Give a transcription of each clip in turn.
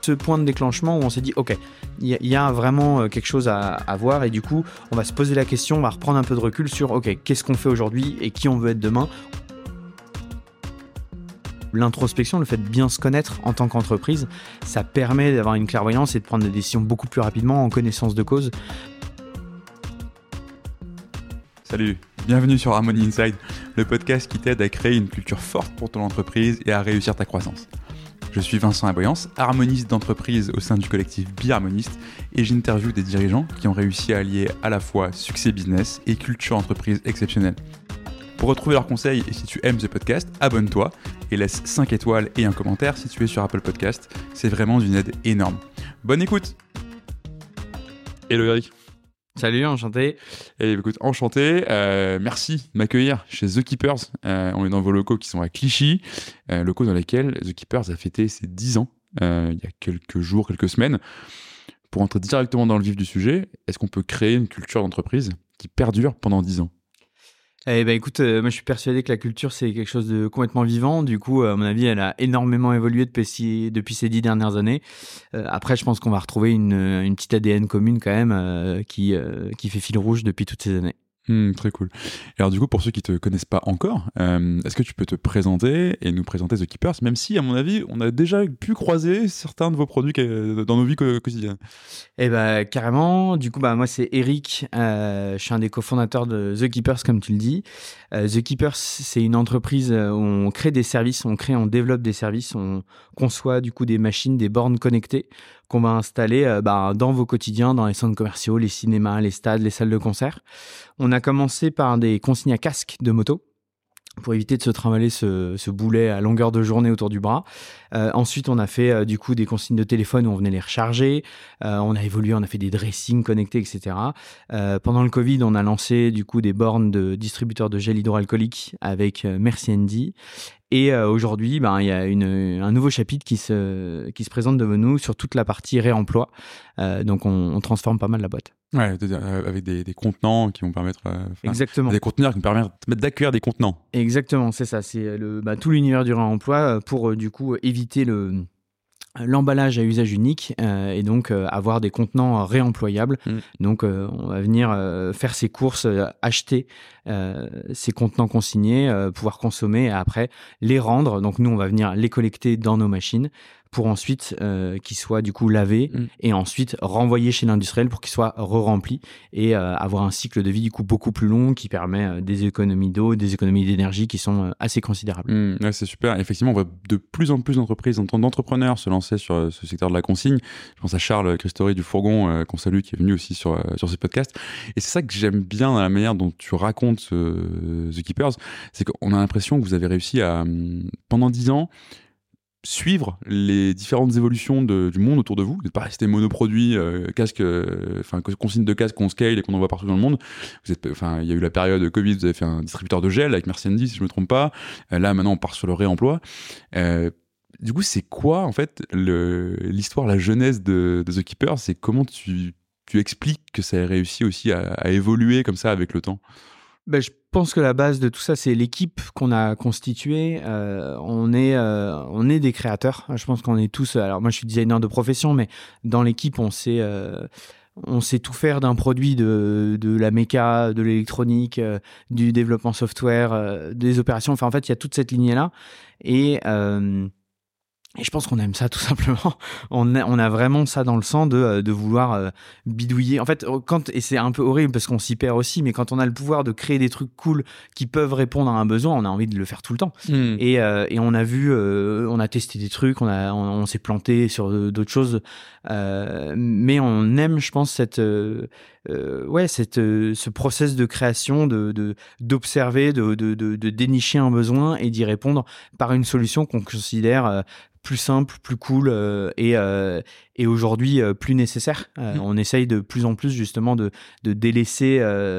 Ce point de déclenchement où on s'est dit ok, il y a vraiment quelque chose à voir, et du coup on va se poser la question, on va reprendre un peu de recul sur ok, qu'est-ce qu'on fait aujourd'hui et qui on veut être demain. L'introspection, le fait de bien se connaître en tant qu'entreprise, ça permet d'avoir une clairvoyance et de prendre des décisions beaucoup plus rapidement en connaissance de cause. Salut, bienvenue sur Harmony Inside, le podcast qui t'aide à créer une culture forte pour ton entreprise et à réussir ta croissance. Je suis Vincent Aboyance, harmoniste d'entreprise au sein du collectif Biharmoniste, et j'interviewe des dirigeants qui ont réussi à allier à la fois succès business et culture entreprise exceptionnelle. Pour retrouver leurs conseils et si tu aimes ce podcast, abonne-toi et laisse 5 étoiles et un commentaire si tu es sur Apple Podcast. C'est vraiment d'une aide énorme. Bonne écoute. Hello Eric. Salut, enchanté. Et écoute, enchanté. Merci de m'accueillir chez The Keepers. On est dans vos locaux qui sont à Clichy, locaux dans lesquels The Keepers a fêté ses 10 ans il y a quelques jours, quelques semaines. Pour entrer directement dans le vif du sujet, est-ce qu'on peut créer une culture d'entreprise qui perdure pendant 10 ans ? Eh ben écoute, moi je suis persuadé que la culture c'est quelque chose de complètement vivant. Du coup, à mon avis, elle a énormément évolué depuis ces 10 dernières années. Après, je pense qu'on va retrouver une petite ADN commune quand même qui fait fil rouge depuis toutes ces années. Très cool. Alors du coup, pour ceux qui ne te connaissent pas encore, est-ce que tu peux te présenter et nous présenter The Keepers, même si, à mon avis, on a déjà pu croiser certains de vos produits dans nos vies quotidiennes. Eh ben carrément. Du coup, moi c'est Eric. Je suis un des cofondateurs de The Keepers, comme tu le dis. The Keepers, c'est une entreprise où on crée des services, on développe des services, on conçoit du coup des machines, des bornes connectées qu'on va installer dans vos quotidiens, dans les centres commerciaux, les cinémas, les stades, les salles de concert. On a commencé par des consignes à casque de moto pour éviter de se trimballer ce boulet à longueur de journée autour du bras. Ensuite, on a fait du coup des consignes de téléphone où on venait les recharger. On a évolué, on a fait des dressings connectés, etc. Pendant le Covid, on a lancé du coup des bornes de distributeurs de gel hydroalcoolique avec Merci Andy. Et aujourd'hui, il y a un nouveau chapitre qui se présente devant nous sur toute la partie réemploi. Donc, on transforme pas mal la boîte. Ouais, avec des contenants qui vont permettre... Exactement. Des conteneurs qui nous permettent d'accueillir des contenants. Exactement, c'est ça. C'est tout l'univers du réemploi pour du coup éviter l'emballage à usage unique et donc avoir des contenants réemployables. Donc on va venir faire ses courses, acheter ces contenants consignés, pouvoir consommer et après les rendre. Donc nous on va venir les collecter dans nos machines pour ensuite qu'ils soient du coup lavés et ensuite renvoyés chez l'industriel pour qu'ils soient re-remplis et avoir un cycle de vie du coup beaucoup plus long qui permet des économies d'eau, des économies d'énergie qui sont assez considérables. Ouais, c'est super. Effectivement, on voit de plus en plus d'entreprises, d'entrepreneurs se lancer sur ce secteur de la consigne. Je pense à Charles Christori du Fourgon, qu'on salue, qui est venu aussi sur ce podcast. Et c'est ça que j'aime bien dans la manière dont tu racontes The Keepers, c'est qu'on a l'impression que vous avez réussi à, pendant 10 ans, suivre les différentes évolutions du monde autour de vous. Vous n'êtes pas resté monoproduit, consigne de casque qu'on scale et qu'on envoie partout dans le monde. Il y a eu la période Covid, vous avez fait un distributeur de gel avec Merci Andy, si je ne me trompe pas. Là, maintenant, on part sur le réemploi. Du coup, c'est quoi, en fait, l'histoire, la genèse de The Keeper? C'est comment tu expliques que ça a réussi aussi à évoluer comme ça avec le temps? Je pense que la base de tout ça, c'est l'équipe qu'on a constituée. On est des créateurs. Je pense qu'on est tous... Alors moi, je suis designer de profession, mais dans l'équipe, on sait tout faire d'un produit, de la méca, de l'électronique, du développement software, des opérations. Enfin, en fait, il y a toute cette lignée-là. Et je pense qu'on aime ça tout simplement. On a vraiment ça dans le sang de vouloir bidouiller. En fait, et c'est un peu horrible parce qu'on s'y perd aussi, mais quand on a le pouvoir de créer des trucs cool qui peuvent répondre à un besoin, on a envie de le faire tout le temps. Et on a vu, on a testé des trucs, on s'est planté sur d'autres choses, mais on aime, je pense, ce process de création, d'observer, de dénicher un besoin et d'y répondre par une solution qu'on considère plus simple, plus cool et aujourd'hui plus nécessaire. On essaye de plus en plus justement de délaisser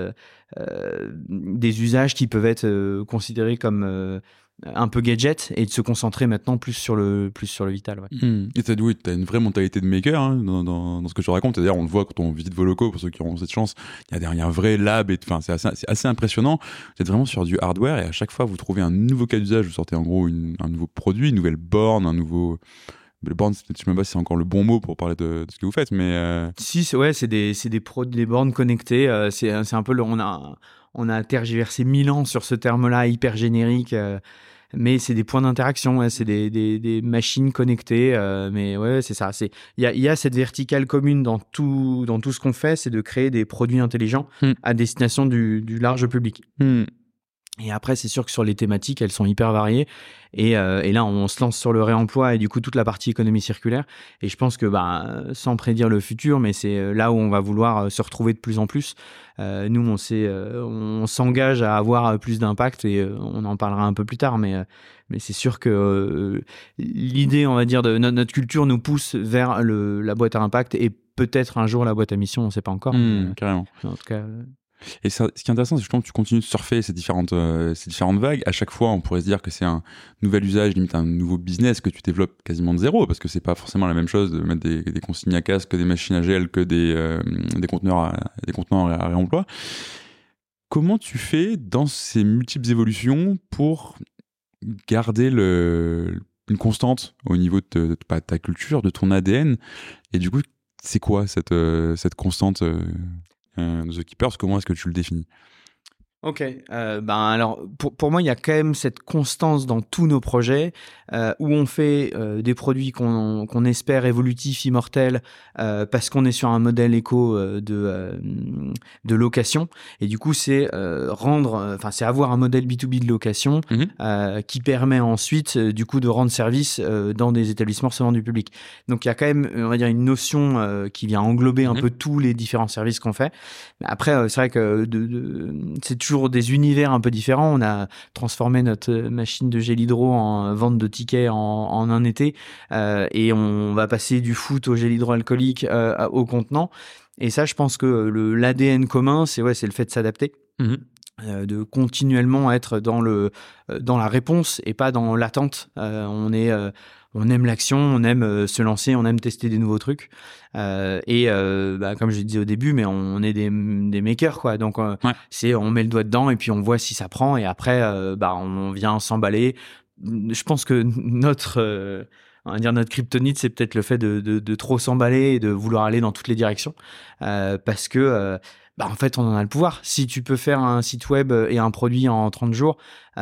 des usages qui peuvent être considérés comme un peu gadget et de se concentrer maintenant plus sur le vital. Ouais. Et t'as une vraie mentalité de maker dans ce que tu racontes. C'est-à-dire, on le voit quand on visite vos locaux, pour ceux qui auront cette chance, il y a un vrai lab, c'est assez impressionnant. Vous êtes vraiment sur du hardware et à chaque fois, vous trouvez un nouveau cas d'usage, vous sortez en gros un nouveau produit, une nouvelle borne, un nouveau le bornes, je sais même pas si c'est encore le bon mot pour parler de ce que vous faites, mais Si, c'est des bornes connectées. C'est un peu on a tergiversé 1000 ans sur ce terme-là hyper générique. Mais c'est des points d'interaction, ouais, c'est des machines connectées. Mais ouais, c'est ça. Il y a cette verticale commune dans tout ce qu'on fait, c'est de créer des produits intelligents à destination du large public. Et après, c'est sûr que sur les thématiques, elles sont hyper variées. Et là, on se lance sur le réemploi et du coup, toute la partie économie circulaire. Et je pense que, sans prédire le futur, mais c'est là où on va vouloir se retrouver de plus en plus. Nous, on s'engage à avoir plus d'impact et on en parlera un peu plus tard. Mais c'est sûr que l'idée, on va dire, de notre culture nous pousse vers la boîte à impact et peut-être un jour la boîte à mission, on ne sait pas encore. Carrément. En tout cas... Et ça, ce qui est intéressant, c'est que tu continues de surfer ces différentes vagues. À chaque fois, on pourrait se dire que c'est un nouvel usage, limite un nouveau business que tu développes quasiment de zéro, parce que c'est pas forcément la même chose de mettre des consignes à casse que des machines à gel, que des conteneurs à réemploi. Comment tu fais dans ces multiples évolutions pour garder une constante au niveau de ta culture, de ton ADN? Et du coup, c'est quoi cette constante The Keepers, comment est-ce que tu le définis? Ok, alors pour moi il y a quand même cette constance dans tous nos projets où on fait des produits qu'on espère évolutifs, immortels, parce qu'on est sur un modèle éco de location et du coup c'est c'est avoir un modèle B2B de location qui permet ensuite du coup de rendre service dans des établissements recevant du public. Donc il y a quand même on va dire une notion qui vient englober un peu tous les différents services qu'on fait. Mais après c'est vrai que c'est toujours des univers un peu différents. On a transformé notre machine de gel hydro en vente de tickets en un été et on va passer du foot au gel hydroalcoolique au contenant. Et ça, je pense que l'ADN commun, c'est le fait de s'adapter. De continuellement être dans la réponse et pas dans l'attente. On aime l'action, on aime se lancer, on aime tester des nouveaux trucs. Comme je le disais au début, mais on est des makers, quoi. Donc, on met le doigt dedans et puis on voit si ça prend et après, on vient s'emballer. Je pense que notre kryptonite, c'est peut-être le fait de trop s'emballer et de vouloir aller dans toutes les directions. Parce que, en fait, on en a le pouvoir. Si tu peux faire un site web et un produit en 30 jours,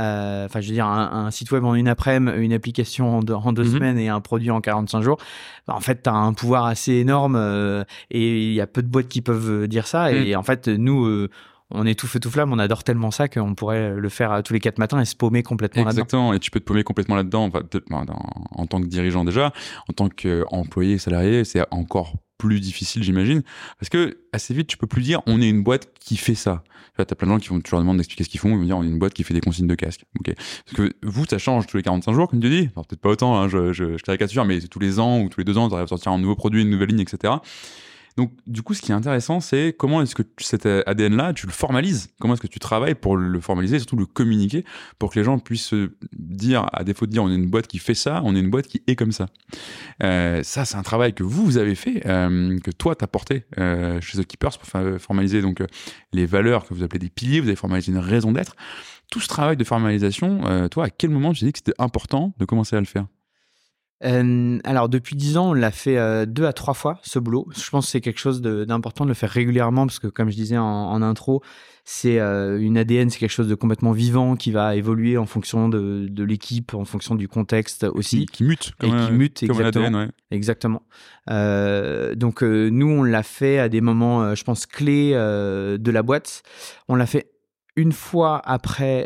un site web en une après-midi, une application en 2 semaines et un produit en 45 jours, en fait, tu as un pouvoir assez énorme et il y a peu de boîtes qui peuvent dire ça. Et en fait, nous... on est tout feu tout flamme, on adore tellement ça qu'on pourrait le faire tous les 4 matins et se paumer complètement là-dedans. Exactement, et tu peux te paumer complètement là-dedans, en tant que dirigeant déjà, en tant qu'employé salarié, c'est encore plus difficile, j'imagine, parce que assez vite, tu peux plus dire on est une boîte qui fait ça. Tu as plein de gens qui vont toujours demander d'expliquer ce qu'ils font, ils vont dire on est une boîte qui fait des consignes de casque. Okay. Parce que vous, ça change tous les 45 jours, comme tu dis, alors peut-être pas autant, hein, je caricature, mais tous les ans ou tous les 2 ans, tu arrives à sortir un nouveau produit, une nouvelle ligne, etc. Donc, du coup, ce qui est intéressant, c'est comment est-ce que cet ADN-là, tu le formalises? Comment est-ce que tu travailles pour le formaliser et surtout le communiquer pour que les gens puissent se dire, à défaut de dire on est une boîte qui fait ça, on est une boîte qui est comme ça. Ça, c'est un travail que vous avez fait, que toi, t'as porté chez The Keepers pour formaliser donc, les valeurs que vous appelez des piliers, vous avez formalisé une raison d'être. Tout ce travail de formalisation, toi, à quel moment tu t'es dit que c'était important de commencer à le faire? Alors depuis 10 ans, on l'a fait 2 à 3 fois ce boulot. Je pense que c'est quelque chose d'important de le faire régulièrement parce que comme je disais en intro, c'est une ADN, c'est quelque chose de complètement vivant qui va évoluer en fonction de l'équipe, en fonction du contexte aussi. Qui mute. Qui mute, comme exactement. ADN, ouais. Exactement. Donc nous, on l'a fait à des moments, je pense, clés de la boîte. On l'a fait une fois après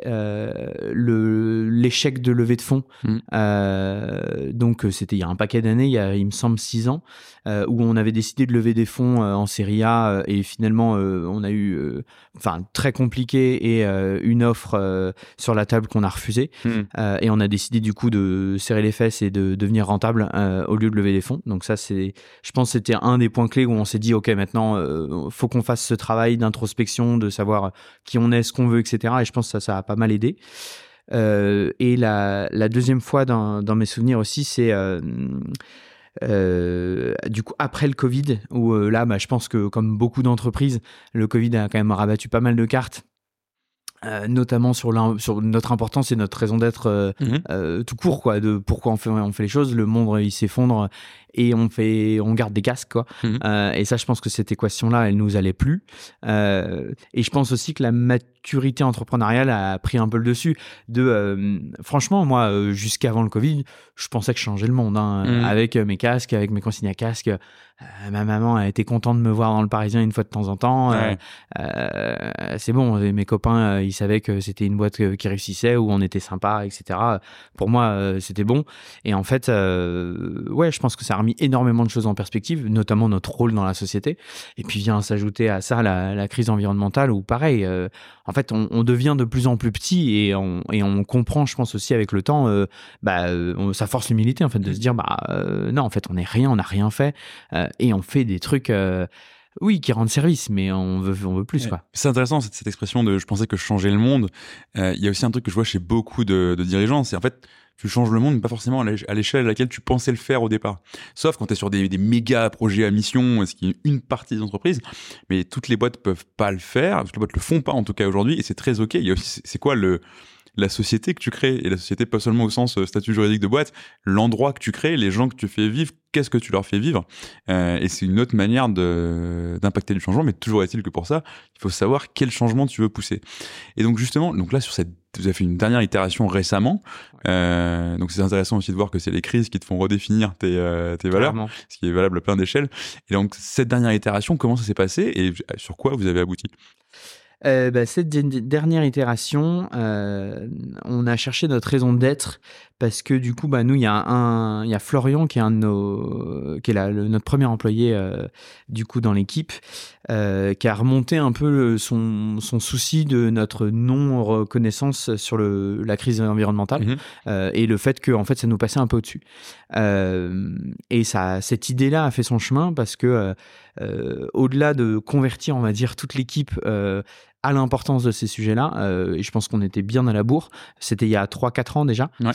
l'échec de levée de fonds, donc c'était il y a un paquet d'années, il me semble 6 ans, où on avait décidé de lever des fonds en série A et finalement on a eu très compliqué et une offre sur la table qu'on a refusée et on a décidé du coup de serrer les fesses et de devenir rentable au lieu de lever des fonds. Donc ça, je pense que c'était un des points clés où on s'est dit ok, maintenant faut qu'on fasse ce travail d'introspection, de savoir qui on est, ce qu'on veut, etc. Et je pense que ça a pas mal aidé. Et la deuxième fois dans mes souvenirs aussi, c'est du coup après le Covid, où là, je pense que comme beaucoup d'entreprises, le Covid a quand même rabattu pas mal de cartes. notamment sur notre importance et notre raison d'être tout court, quoi, de pourquoi on fait les choses. Le monde il s'effondre et on garde des casques, quoi. Et ça, je pense que cette équation-là, elle nous allait plus. Et je pense aussi que la maturité entrepreneuriale a pris un peu le dessus. Franchement, moi, jusqu'avant le Covid, je pensais que je changeais le monde, avec mes casques, avec mes consignes à casque. Ma maman a été contente de me voir dans le Parisien une fois de temps en temps. C'est bon, mes copains, ils savaient que c'était une boîte qui réussissait, où on était sympa, etc. Pour moi, c'était bon. Et en fait, je pense que ça a remis énormément de choses en perspective, notamment notre rôle dans la société. Et puis vient s'ajouter à ça la crise environnementale, où pareil, en fait, on devient de plus en plus petit et on comprend, je pense aussi avec le temps, ça force l'humilité, en fait, de se dire, non, en fait, on n'est rien, on n'a rien fait. Et on fait des trucs qui rendent service, mais on veut plus, quoi. C'est intéressant cette expression de je pensais que je changeais le monde. Il y a aussi un truc que je vois chez beaucoup de dirigeants, c'est en fait tu changes le monde, mais pas forcément à l'échelle à laquelle tu pensais le faire au départ. Sauf quand tu es sur des méga projets à mission, ce qui est une partie des entreprises, mais toutes les boîtes peuvent pas le faire, toutes les boîtes le font pas en tout cas aujourd'hui, et c'est très ok. Il y a aussi, c'est quoi la société que tu crées, et la société pas seulement au sens statut juridique de boîte, l'endroit que tu crées, les gens que tu fais vivre, qu'est-ce que tu leur fais vivre, et c'est une autre manière d'impacter du changement, mais toujours est-il que pour ça, il faut savoir quel changement tu veux pousser. Et donc justement, là vous avez fait une dernière itération récemment, donc c'est intéressant aussi de voir que c'est les crises qui te font redéfinir tes valeurs, Clairement. Ce qui est valable à plein d'échelles. Et donc cette dernière itération, comment ça s'est passé et sur quoi vous avez abouti? Cette dernière itération, on a cherché notre raison d'être parce que du coup, nous, il y a Florian qui est notre premier employé du coup dans l'équipe, qui a remonté un peu son souci de notre non reconnaissance sur la crise environnementale et le fait que en fait ça nous passait un peu au-dessus. Et cette idée-là a fait son chemin parce que au-delà de convertir, on va dire, toute l'équipe à l'importance de ces sujets-là, et je pense qu'on était bien à la bourre. C'était il y a 3-4 ans déjà. Ouais.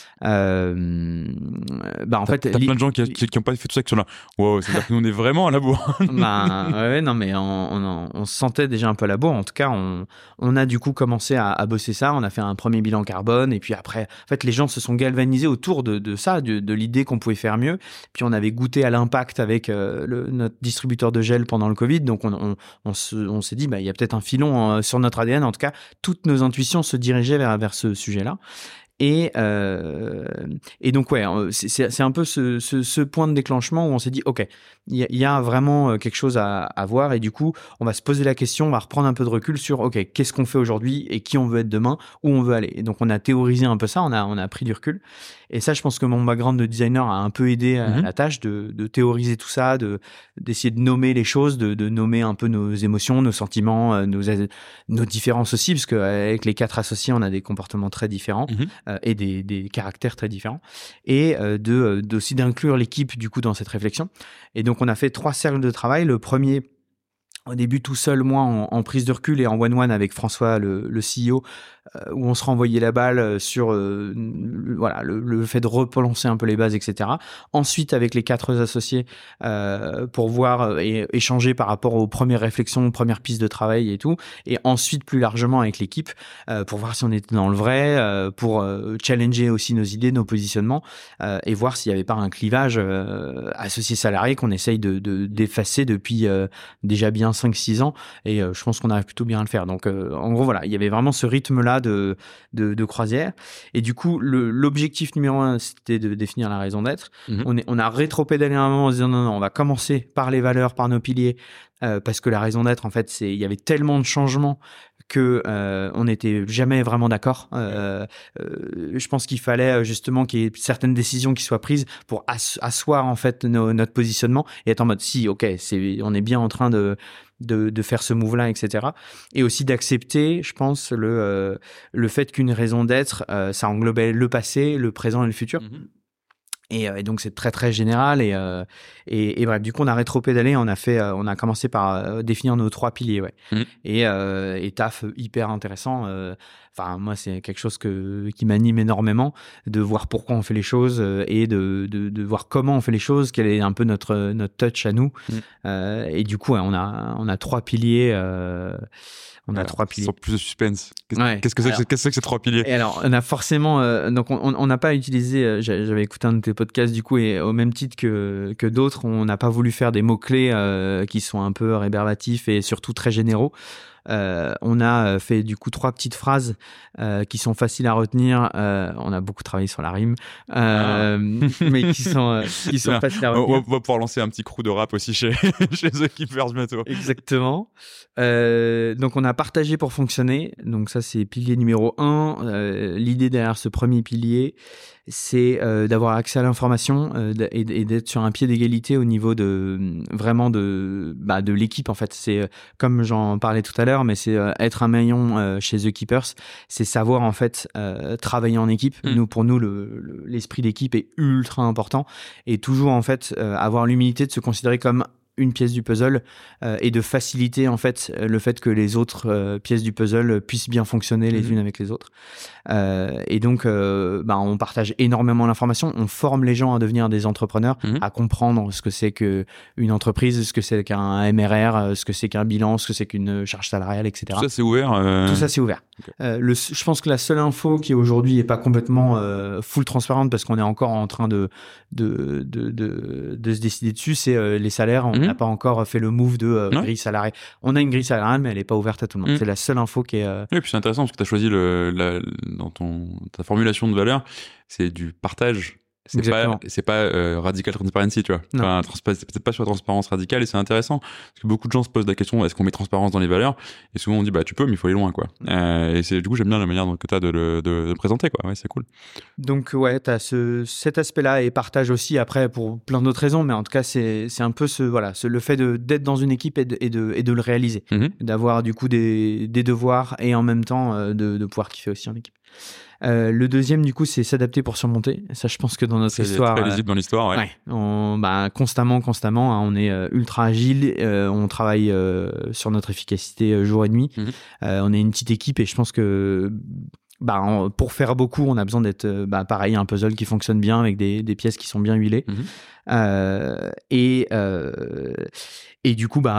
En fait, t'as plein de gens qui n'ont pas fait tout ça, qui sont là. Wow, c'est-à-dire que nous on est vraiment à la bourre. Non, mais on se sentait déjà un peu à la bourre. En tout cas, on a du coup commencé à bosser ça. On a fait un premier bilan carbone, et puis après, en fait, les gens se sont galvanisés autour de ça, de l'idée qu'on pouvait faire mieux. Puis on avait goûté à l'impact avec notre distributeur de gel pendant le Covid, donc on s'est dit, il y a peut-être un filon sur notre ADN. En tout cas, toutes nos intuitions se dirigeaient vers ce sujet-là. Et donc c'est un peu ce point de déclenchement où on s'est dit ok, il y a vraiment quelque chose à voir, et du coup on va se poser la question, on va reprendre un peu de recul sur ok, qu'est-ce qu'on fait aujourd'hui et qui on veut être demain, où on veut aller. Et donc on a théorisé un peu ça, on a pris du recul, et ça je pense que mon background de designer a un peu aidé à la tâche de théoriser tout ça, d'essayer de nommer les choses, de nommer un peu nos émotions, nos sentiments, nos différences aussi, parce qu'avec les 4 associés on a des comportements très différents et des caractères très différents, et aussi d'inclure l'équipe du coup dans cette réflexion. Et donc on a fait 3 cercles de travail. Le premier, au début tout seul, moi en prise de recul et en one-one avec François, le CEO, où on se renvoyait la balle sur le fait de repenser un peu les bases, etc. Ensuite avec les 4 associés pour voir et échanger par rapport aux premières réflexions, aux premières pistes de travail et tout, et ensuite plus largement avec l'équipe pour voir si on était dans le vrai, pour challenger aussi nos idées, nos positionnements, et voir s'il n'y avait pas un clivage associé-salarié qu'on essaye d'effacer depuis déjà bien 5-6 ans, et je pense qu'on arrive plutôt bien à le faire. Donc en gros il y avait vraiment ce rythme-là de croisière, et du coup l'objectif numéro 1 c'était de définir la raison d'être. On a rétropédalé à un moment en se disant non, on va commencer par les valeurs, par nos piliers, parce que la raison d'être en fait il y avait tellement de changements que on n'était jamais vraiment d'accord. Je pense qu'il fallait justement qu'il y ait certaines décisions qui soient prises pour asseoir en fait notre positionnement et être en mode si ok, on est bien en train de faire ce move-là, etc. Et aussi d'accepter, je pense, le fait qu'une raison d'être, ça englobait le passé, le présent et le futur. Et donc c'est très très général et bref, du coup on a rétro-pédalé, on a commencé par définir nos 3 piliers, ouais. Et taf hyper intéressant. Enfin moi c'est quelque chose qui m'anime énormément, de voir pourquoi on fait les choses et de voir comment on fait les choses, quel est un peu notre touch à nous. Et du coup ouais, on a 3 piliers. On a 3 piliers. Sans plus de suspense. Qu'est-ce que Alors, c'est que ces 3 piliers? Et alors, on a forcément, donc on n'a pas utilisé. J'avais écouté un de tes podcasts du coup, et au même titre que d'autres, on n'a pas voulu faire des mots clés qui sont un peu rébarbatifs et surtout très généraux. On a fait du coup 3 petites phrases qui sont faciles à retenir. On a beaucoup travaillé sur la rime, mais qui sont faciles à retenir. On va pouvoir lancer un petit crew de rap aussi chez The Keepers bientôt. Exactement. Donc on a partagé pour fonctionner. Donc ça c'est pilier numéro 1. L'idée derrière ce premier pilier, c'est d'avoir accès à l'information et d'être sur un pied d'égalité au niveau vraiment de l'équipe en fait. C'est comme j'en parlais tout à l'heure, mais c'est être un maillon chez The Keepers, c'est savoir en fait travailler en équipe. Pour nous l'esprit d'équipe est ultra important et toujours en fait avoir l'humilité de se considérer comme une pièce du puzzle et de faciliter en fait le fait que les autres pièces du puzzle puissent bien fonctionner les unes avec les autres. Et donc on partage énormément l'information, on forme les gens à devenir des entrepreneurs, à comprendre ce que c'est qu'une entreprise, ce que c'est qu'un MRR, ce que c'est qu'un bilan, ce que c'est qu'une charge salariale, etc. Tout ça c'est ouvert. Tout ça c'est ouvert. Okay. Je pense que la seule info qui aujourd'hui est pas complètement full transparente parce qu'on est encore en train de se décider dessus, c'est les salaires. On n'a pas encore fait le move de grille salariale. On a une grille salariale, mais elle est pas ouverte à tout le monde. C'est la seule info qui est. Oui, et puis c'est intéressant parce que tu as choisi dans ta formulation de valeur, c'est du partage. C'est pas radical transparency, tu vois. Enfin, c'est peut-être pas sur la transparence radicale et c'est intéressant parce que beaucoup de gens se posent la question est-ce qu'on met transparence dans les valeurs, et souvent on dit tu peux mais il faut aller loin quoi. Et c'est du coup j'aime bien la manière que tu as de le présenter quoi. Ouais, c'est cool. Donc ouais, tu as cet aspect-là et partage aussi après pour plein d'autres raisons, mais en tout cas c'est un peu le fait d'être dans une équipe et de le réaliser, d'avoir du coup des devoirs et en même temps de pouvoir kiffer aussi en équipe. Le deuxième, du coup, c'est s'adapter pour surmonter. Ça, je pense que dans notre histoire... C'est très lisible dans l'histoire, ouais. Constamment, hein, on est ultra agile, on travaille sur notre efficacité jour et nuit. On est une petite équipe et je pense que... pour faire beaucoup, on a besoin d'être pareil, un puzzle qui fonctionne bien avec des pièces qui sont bien huilées. Et du coup,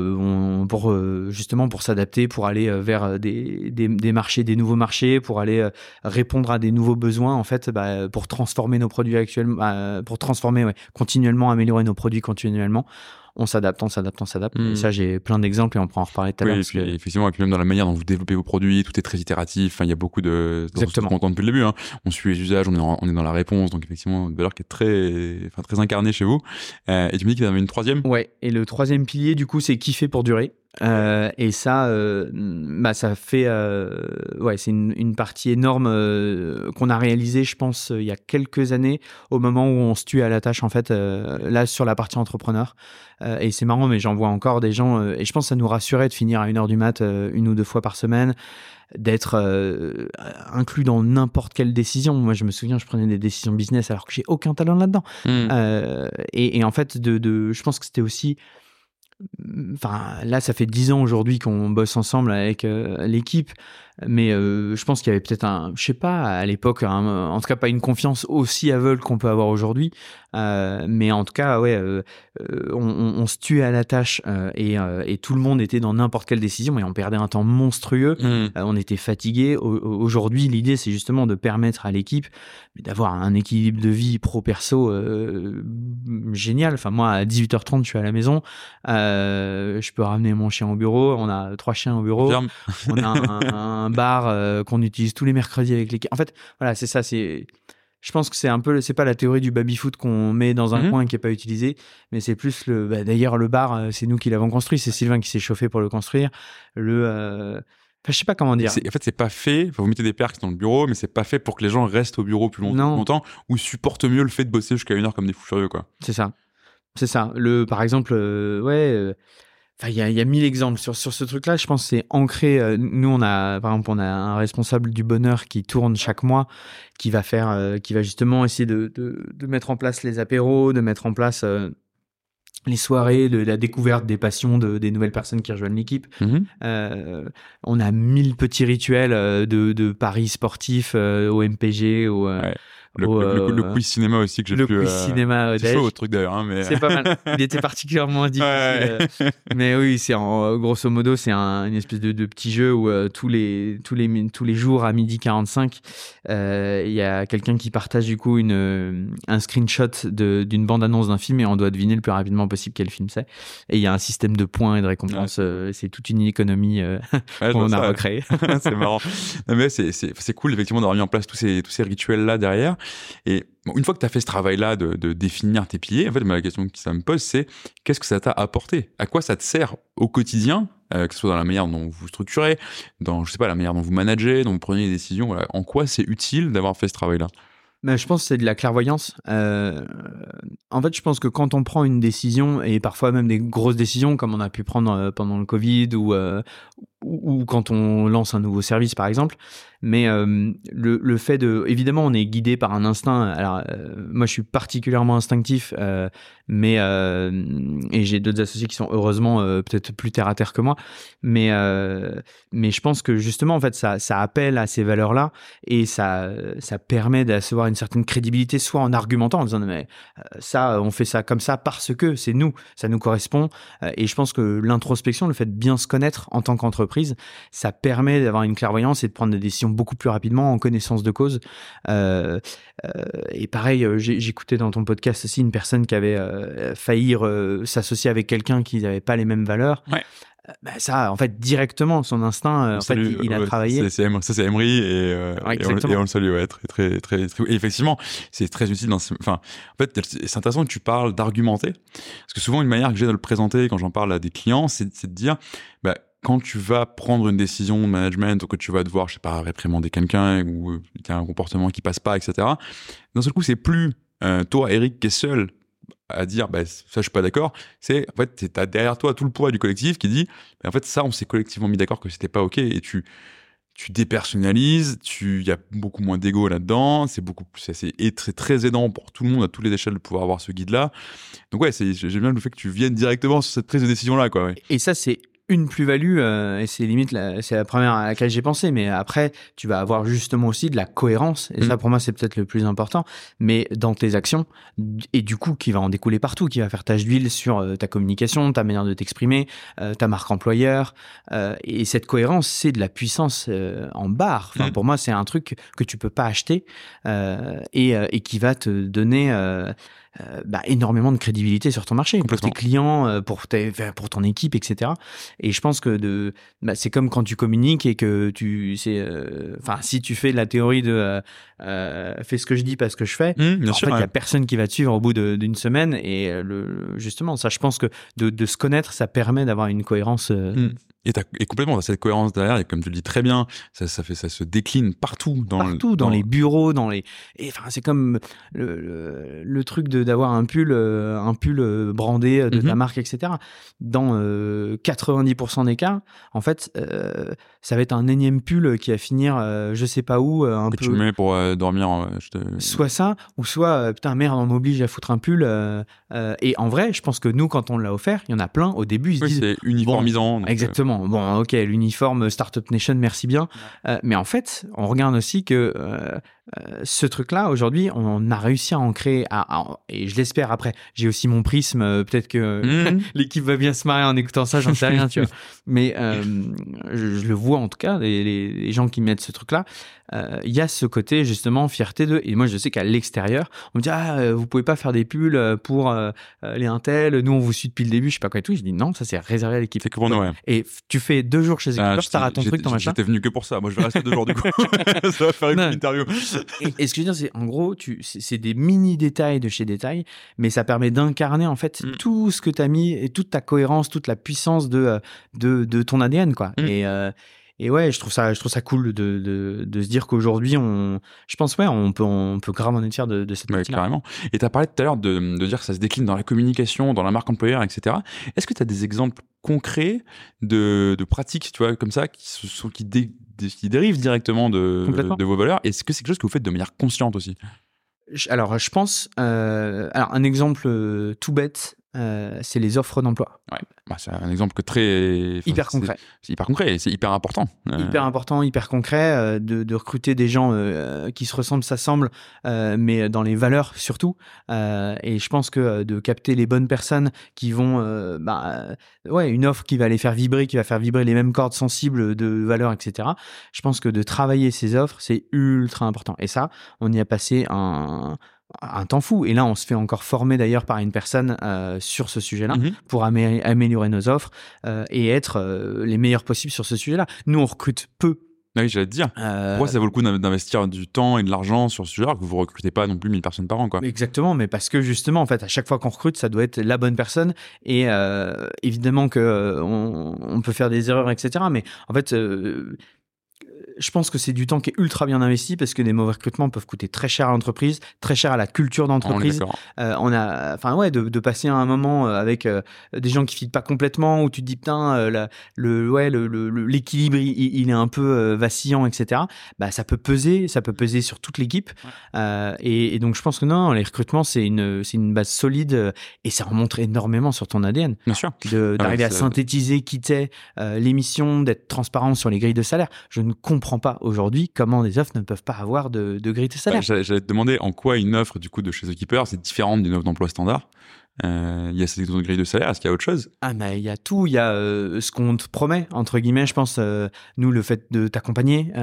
justement pour s'adapter, pour aller vers des marchés, des nouveaux marchés, pour aller répondre à des nouveaux besoins, en fait, pour transformer nos produits actuellement, continuellement améliorer nos produits continuellement. On s'adapte. Et ça, j'ai plein d'exemples et on pourra en reparler tout à l'heure. Oui, effectivement, et puis même dans la manière dont vous développez vos produits, tout est très itératif. Enfin, il y a beaucoup de... Exactement. On entend depuis le début. Hein. On suit les usages, on est dans la réponse. Donc, effectivement, une valeur qui est très incarnée chez vous. Et tu me dis qu'il y en avait une troisième? Ouais. Et le troisième pilier, du coup, c'est kiffer pour durer. Et ça, ça fait, c'est une partie énorme qu'on a réalisée, je pense, il y a quelques années, au moment où on se tue à la tâche, en fait, là sur la partie entrepreneur. Et c'est marrant, mais j'en vois encore des gens, et je pense que ça nous rassurait de finir à 1h du mat, 1 ou 2 fois par semaine, d'être inclus dans n'importe quelle décision. Moi, je me souviens, je prenais des décisions business alors que j'ai aucun talent là-dedans. Et en fait, je pense que c'était aussi... Enfin, là, ça fait 10 ans aujourd'hui qu'on bosse ensemble avec l'équipe, mais je pense qu'il y avait peut-être je sais pas, à l'époque, en tout cas pas une confiance aussi aveugle qu'on peut avoir aujourd'hui, mais en tout cas, on se tuait à la tâche et tout le monde était dans n'importe quelle décision et on perdait un temps monstrueux, on était fatigué. Aujourd'hui, l'idée, c'est justement de permettre à l'équipe d'avoir un équilibre de vie pro-perso génial. Enfin, moi, à 18h30, je suis à la maison, je peux ramener mon chien au bureau, on a 3 chiens au bureau, on a un bar qu'on utilise tous les mercredis avec l'équipe. En fait, voilà, c'est ça, je pense que c'est pas la théorie du baby-foot qu'on met dans un coin et qui est pas utilisé, mais c'est plus d'ailleurs, le bar, c'est nous qui l'avons construit, c'est Sylvain qui s'est chauffé pour le construire. Je sais pas comment dire. En fait, c'est pas fait. Vous mettez des perks dans le bureau, mais c'est pas fait pour que les gens restent au bureau plus longtemps ou supportent mieux le fait de bosser jusqu'à 1h comme des fous furieux, quoi. C'est ça. Par exemple, il y a 1000 exemples sur ce truc-là. Je pense que c'est ancré. Nous, par exemple, on a un responsable du bonheur qui tourne chaque mois, qui va justement essayer de mettre en place les apéros, de mettre en place les soirées, de la découverte des passions des nouvelles personnes qui rejoignent l'équipe. On a 1000 petits rituels de paris sportifs au MPG, le quiz cinéma aussi que j'ai pu... Le quiz cinéma c'est chaud, au truc d'ailleurs. Hein, mais... C'est pas mal. Il était particulièrement difficile. Mais oui, grosso modo, c'est une espèce de petit jeu où tous les jours à 12h45, il y a quelqu'un qui partage du coup un screenshot d'une bande-annonce d'un film et on doit deviner le plus rapidement possible quel film c'est. Et il y a un système de points et de récompenses. C'est toute une économie qu'on a recréée. C'est marrant. Non, mais c'est cool effectivement d'avoir mis en place tous ces rituels-là derrière. Et bon, une fois que tu as fait ce travail-là de définir tes piliers, en fait, la question que ça me pose, c'est qu'est-ce que ça t'a apporté? À quoi ça te sert au quotidien, que ce soit dans la manière dont vous structurez, dans, je sais pas, la manière dont vous managez, dont vous prenez des décisions, voilà. En quoi c'est utile d'avoir fait ce travail-là? Mais je pense que c'est de la clairvoyance. En fait, je pense que quand on prend une décision, et parfois même des grosses décisions, comme on a pu prendre pendant le Covid ou quand on lance un nouveau service, par exemple, mais le fait évidemment, on est guidé par un instinct. Alors, moi, je suis particulièrement instinctif, mais et j'ai d'autres associés qui sont heureusement peut-être plus terre à terre que moi, mais je pense que justement, en fait, ça appelle à ces valeurs-là et ça permet d'avoir une certaine crédibilité, soit en argumentant, en disant mais ça, on fait ça comme ça parce que c'est nous, ça nous correspond. Et je pense que l'introspection, le fait de bien se connaître en tant qu'entreprise, ça permet d'avoir une clairvoyance et de prendre des décisions beaucoup plus rapidement en connaissance de cause. Et pareil, j'écoutais dans ton podcast aussi une personne qui avait failli s'associer avec quelqu'un qui n'avait pas les mêmes valeurs. Ouais. Ça, en fait, directement, son instinct, il a travaillé. Ça, c'est Emery et on le salue, ouais, très, très, très. Et effectivement, c'est très utile. En fait, c'est intéressant que tu parles d'argumenter, parce que souvent, une manière que j'ai de le présenter quand j'en parle à des clients, c'est de dire, quand tu vas prendre une décision de management ou que tu vas devoir, je sais pas, réprimander quelqu'un ou qu'il y a un comportement qui passe pas, etc. D'un seul coup, c'est plus toi, Eric, qui est seul à dire ça je suis pas d'accord, c'est en fait t'as derrière toi tout le poids du collectif qui dit en fait ça on s'est collectivement mis d'accord que c'était pas ok, et tu dépersonnalises, il y a beaucoup moins d'ego là-dedans, c'est très, très aidant pour tout le monde à toutes les échelles de pouvoir avoir ce guide là. Donc ouais, j'aime bien le fait que tu viennes directement sur cette prise de décision là, quoi. Ouais. Et ça, c'est une plus-value, et c'est limite c'est la première à laquelle j'ai pensé, mais après tu vas avoir justement aussi de la cohérence, et ça pour moi c'est peut-être le plus important, mais dans tes actions, et du coup qui va en découler partout, qui va faire tache d'huile sur ta communication, ta manière de t'exprimer, ta marque employeur, et cette cohérence, c'est de la puissance en barre. Pour moi, c'est un truc que tu peux pas acheter, et qui va te donner énormément de crédibilité sur ton marché, pour tes clients, pour ton équipe, etc. Et je pense que c'est comme quand tu communiques et que si tu fais la théorie de fais ce que je dis, pas ce que je fais, il y a personne qui va te suivre au bout d'une semaine. Et justement, ça, je pense que de se connaître, ça permet d'avoir une cohérence. Et complètement, dans cette cohérence derrière, et comme tu le dis très bien, ça se décline partout dans les bureaux, c'est comme le truc d'avoir un pull brandé de ta marque, etc. Dans 90% des cas, en fait, ça va être un énième pull qui va finir je sais pas où, tu mets pour dormir. Soit ça, ou soit putain merde, on m'oblige à foutre un pull. Et en vrai, je pense que nous, quand on l'a offert, il y en a plein au début, ils se disent c'est uniformisant. Exactement. Bon, ok, l'uniforme Startup Nation, merci bien. Mais en fait, on regarde aussi que ce truc-là, aujourd'hui, on a réussi à en créer, et je l'espère après. J'ai aussi mon prisme, peut-être que l'équipe va bien se marrer en écoutant ça, j'en sais rien, tu vois. Mais je le vois en tout cas, les gens qui mettent ce truc-là, il y a ce côté justement fierté de. Et moi, je sais qu'à l'extérieur, on me dit vous pouvez pas faire des pulls pour les Intel. Nous, on vous suit depuis le début, je sais pas quoi et tout. Je dis non, ça c'est réservé à l'équipe. C'est que pour nous, ouais. Et tu fais 2 jours chez Equipers, t'arrêtes ton truc, ton machin. J'étais venu que pour ça. Moi, je vais rester 2 jours du coup. Ça va faire une petite interview. Et ce que je veux dire, c'est en gros, c'est des mini détails de chez détails, mais ça permet d'incarner en fait tout ce que t'as mis et toute ta cohérence, toute la puissance de ton ADN, quoi. ouais, je trouve ça cool de se dire qu'aujourd'hui, je pense, ouais, on peut grave en être fier de cette partie-là. Carrément. Et tu as parlé tout à l'heure de dire que ça se décline dans la communication, dans la marque employeur, etc. Est-ce que tu as des exemples concrets de pratiques, tu vois, comme ça, qui dérivent directement de vos valeurs? Est-ce que c'est quelque chose que vous faites de manière consciente aussi? Alors, je pense, un exemple tout bête, c'est les offres d'emploi. Ouais. C'est un exemple hyper concret. C'est hyper concret et c'est hyper important. Hyper important, hyper concret, de recruter des gens qui se ressemblent, s'assemblent, mais dans les valeurs surtout. Et je pense que de capter les bonnes personnes qui vont, une offre qui va les faire vibrer, qui va faire vibrer les mêmes cordes sensibles de valeurs, etc. Je pense que de travailler ces offres, c'est ultra important. Et ça, on y a passé un temps fou. Et là, on se fait encore former d'ailleurs par une personne sur ce sujet-là pour améliorer nos offres et être les meilleurs possibles sur ce sujet-là. Nous, on recrute peu. Oui, j'allais te dire. Pourquoi ça vaut le coup d'investir du temps et de l'argent sur ce sujet alors que vous ne recrutez pas non plus 1000 personnes par an, quoi. Exactement, mais parce que justement, en fait, à chaque fois qu'on recrute, ça doit être la bonne personne. Et évidemment qu'on peut faire des erreurs, etc. Mais en fait... je pense que c'est du temps qui est ultra bien investi parce que des mauvais recrutements peuvent coûter très cher à l'entreprise, très cher à la culture d'entreprise. De passer un moment avec des gens qui fitent pas complètement où tu te dis putain l'équilibre il est un peu vacillant, etc. Ça peut peser sur toute l'équipe. Et donc je pense que non, les recrutements c'est une base solide et ça remonte énormément sur ton ADN. Bien sûr. D'arriver à synthétiser qui t'es, l'émission, d'être transparent sur les grilles de salaire. Je ne comprends pas aujourd'hui comment des offres ne peuvent pas avoir de grille de salaire. J'allais te demander en quoi une offre du coup de chez The Keeper c'est différente d'une offre d'emploi standard. Il y a cette grille de salaire, est-ce qu'il y a autre chose? Il y a tout, il y a ce qu'on te promet entre guillemets, je pense, nous le fait de t'accompagner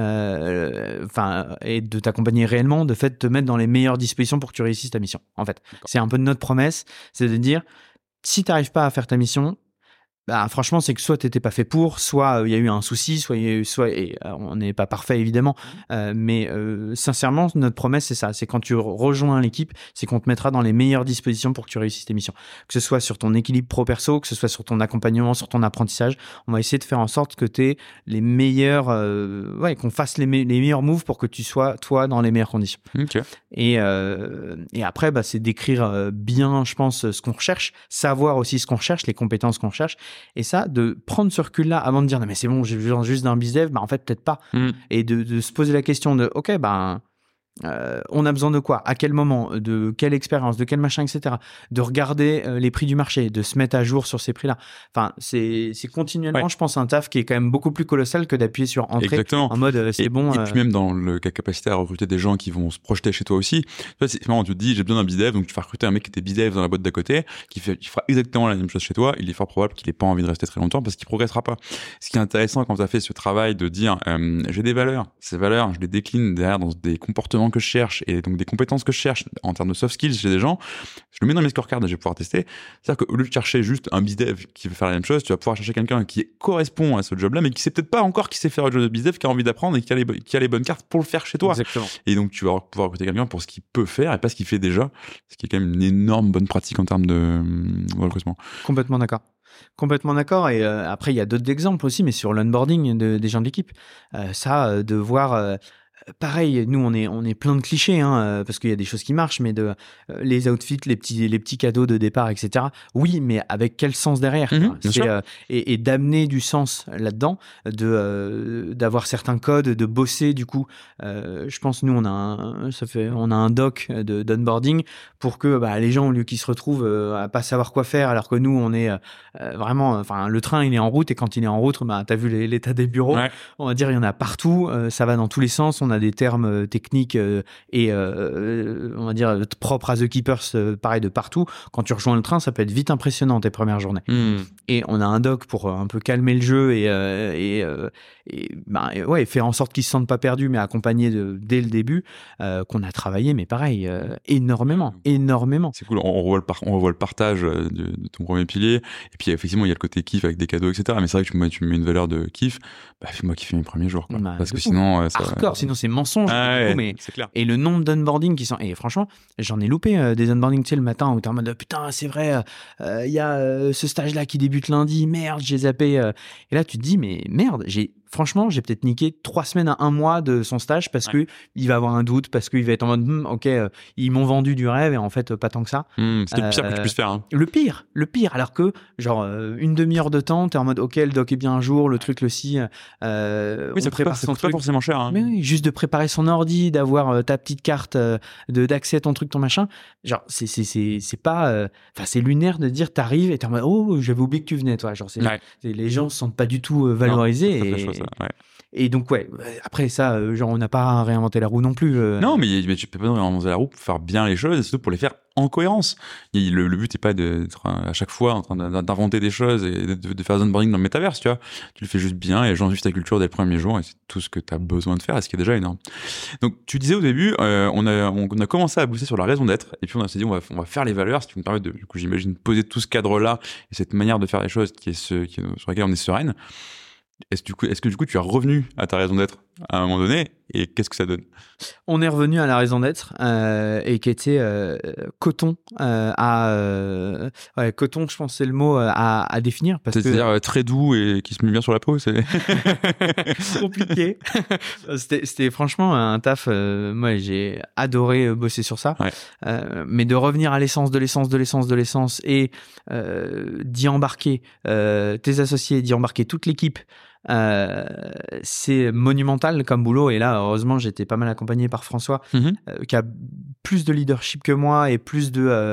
et de t'accompagner réellement, de fait de te mettre dans les meilleures dispositions pour que tu réussisses ta mission. En fait, c'est un peu notre promesse, c'est de dire si tu n'arrives pas à faire ta mission, franchement, c'est que soit t'étais pas fait pour, soit il y a eu un souci, on n'est pas parfait évidemment, mais sincèrement, notre promesse c'est ça, c'est quand tu rejoins l'équipe, c'est qu'on te mettra dans les meilleures dispositions pour que tu réussisses tes missions, que ce soit sur ton équilibre pro-perso, que ce soit sur ton accompagnement, sur ton apprentissage, on va essayer de faire en sorte que t'aies les meilleurs, qu'on fasse les meilleurs moves pour que tu sois toi dans les meilleures conditions. Okay. Et après, c'est d'écrire bien, je pense, ce qu'on recherche, savoir aussi ce qu'on recherche, les compétences qu'on recherche. Et ça, de prendre ce recul-là avant de dire non mais c'est bon, j'ai besoin juste d'un bizdev, en fait peut-être pas. Et de se poser la question de ok on a besoin de quoi, à quel moment, de quelle expérience, de quel machin, etc. De regarder les prix du marché, de se mettre à jour sur ces prix-là. Enfin, c'est continuellement, je pense, un taf qui est quand même beaucoup plus colossal que d'appuyer sur entrée. Exactement. En mode c'est bon. Et puis même dans la capacité à recruter des gens qui vont se projeter chez toi aussi. C'est marrant, tu te dis j'ai besoin d'un bizdev, donc tu vas recruter un mec qui était bizdev dans la boîte d'à côté, qui fera exactement la même chose chez toi. Il est fort probable qu'il ait pas envie de rester très longtemps parce qu'il progressera pas. Ce qui est intéressant quand tu as fait ce travail de dire j'ai des valeurs, ces valeurs, je les décline derrière dans des comportements que je cherche et donc des compétences que je cherche en termes de soft skills chez des gens, je le mets dans mes scorecards et je vais pouvoir tester. C'est-à-dire qu'au lieu de chercher juste un bizdev qui veut faire la même chose, tu vas pouvoir chercher quelqu'un qui correspond à ce job-là, mais qui sait peut-être pas encore qui sait faire le job de bizdev, qui a envie d'apprendre et qui a les bonnes cartes pour le faire chez toi. Exactement. Et donc tu vas pouvoir recruter quelqu'un pour ce qu'il peut faire et pas ce qu'il fait déjà, ce qui est quand même une énorme bonne pratique en termes de recrutement. Complètement d'accord. Et après, il y a d'autres exemples aussi, mais sur l'onboarding des gens de l'équipe. De voir... pareil, nous on est plein de clichés parce qu'il y a des choses qui marchent, mais les outfits, les petits cadeaux de départ, etc. Oui, mais avec quel sens derrière et d'amener du sens là-dedans, d'avoir certains codes, de bosser du coup. Je pense nous on a un doc d'onboarding pour que les gens au lieu qu'ils se retrouvent à pas savoir quoi faire, alors que nous on est vraiment, le train il est en route et quand il est en route, t'as vu l'état des bureaux, on va dire il y en a partout, ça va dans tous les sens. On a des termes techniques et on va dire propres à The Keepers, pareil de partout. Quand tu rejoins le train, ça peut être vite impressionnant tes premières journées. Et on a un doc pour un peu calmer le jeu et faire en sorte qu'ils se sentent pas perdus, mais accompagnés dès le début, qu'on a travaillé, mais pareil, énormément. C'est cool. On revoit le partage de ton premier pilier. Et puis effectivement, il y a le côté kiff avec des cadeaux, etc. Mais c'est vrai que tu mets une valeur de kiff. Fais-moi kiffer mes premiers jours, quoi. Parce que sinon, sinon c'est mensonge. Mais c'est clair. Et le nombre d'onboarding qui sont. Et franchement, j'en ai loupé des onboarding, le matin où t'es en mode putain, c'est vrai, il y a ce stage-là qui débute lundi, merde, j'ai zappé. Et là, tu te dis, mais merde, j'ai franchement, j'ai peut-être niqué 3 semaines à 1 mois de son stage parce que il va avoir un doute, parce qu'il va être en mode ok, ils m'ont vendu du rêve et en fait pas tant que ça. C'était le pire que tu puisses faire. Hein. Le pire, alors que genre une demi-heure de temps, t'es en mode ok, le doc est bien un jour, le truc le si. Oui, ça coûte pas forcément cher. Hein. Mais oui, juste de préparer son ordi, d'avoir ta petite carte d'accès à ton truc, ton machin. Genre c'est pas, enfin c'est lunaire de dire t'arrives et t'es en mode oh j'avais oublié que tu venais toi. Genre les gens se sentent pas du tout valorisés. Et donc après ça, genre on n'a pas réinventé la roue non plus. Non, mais tu peux pas réinventer la roue pour faire bien les choses, et surtout pour les faire en cohérence. Le but n'est pas d'être à chaque fois en train d'inventer des choses et de faire onboarding dans le métaverse, tu vois. Tu le fais juste bien et les gens vivent ta culture dès le premier jour et c'est tout ce que tu as besoin de faire, et ce qui est déjà énorme. Donc tu disais au début, on a commencé à bosser sur la raison d'être et puis on s'est dit on va faire les valeurs, si tu me permets du coup j'imagine poser tout ce cadre-là et cette manière de faire les choses sur laquelle on est sereine. Est-ce que du coup tu es revenu à ta raison d'être à un moment donné et qu'est-ce que ça donne? On est revenu à la raison d'être et qui était coton coton, je pense que c'est le mot à définir c'est-à-dire très doux et qui se met bien sur la peau, c'est compliqué. C'était franchement un taf. Moi j'ai adoré bosser sur ça, mais de revenir à l'essence de l'essence et d'y embarquer tes associés, d'y embarquer toute l'équipe. C'est monumental comme boulot et là heureusement j'étais pas mal accompagné par François qui a plus de leadership que moi et plus de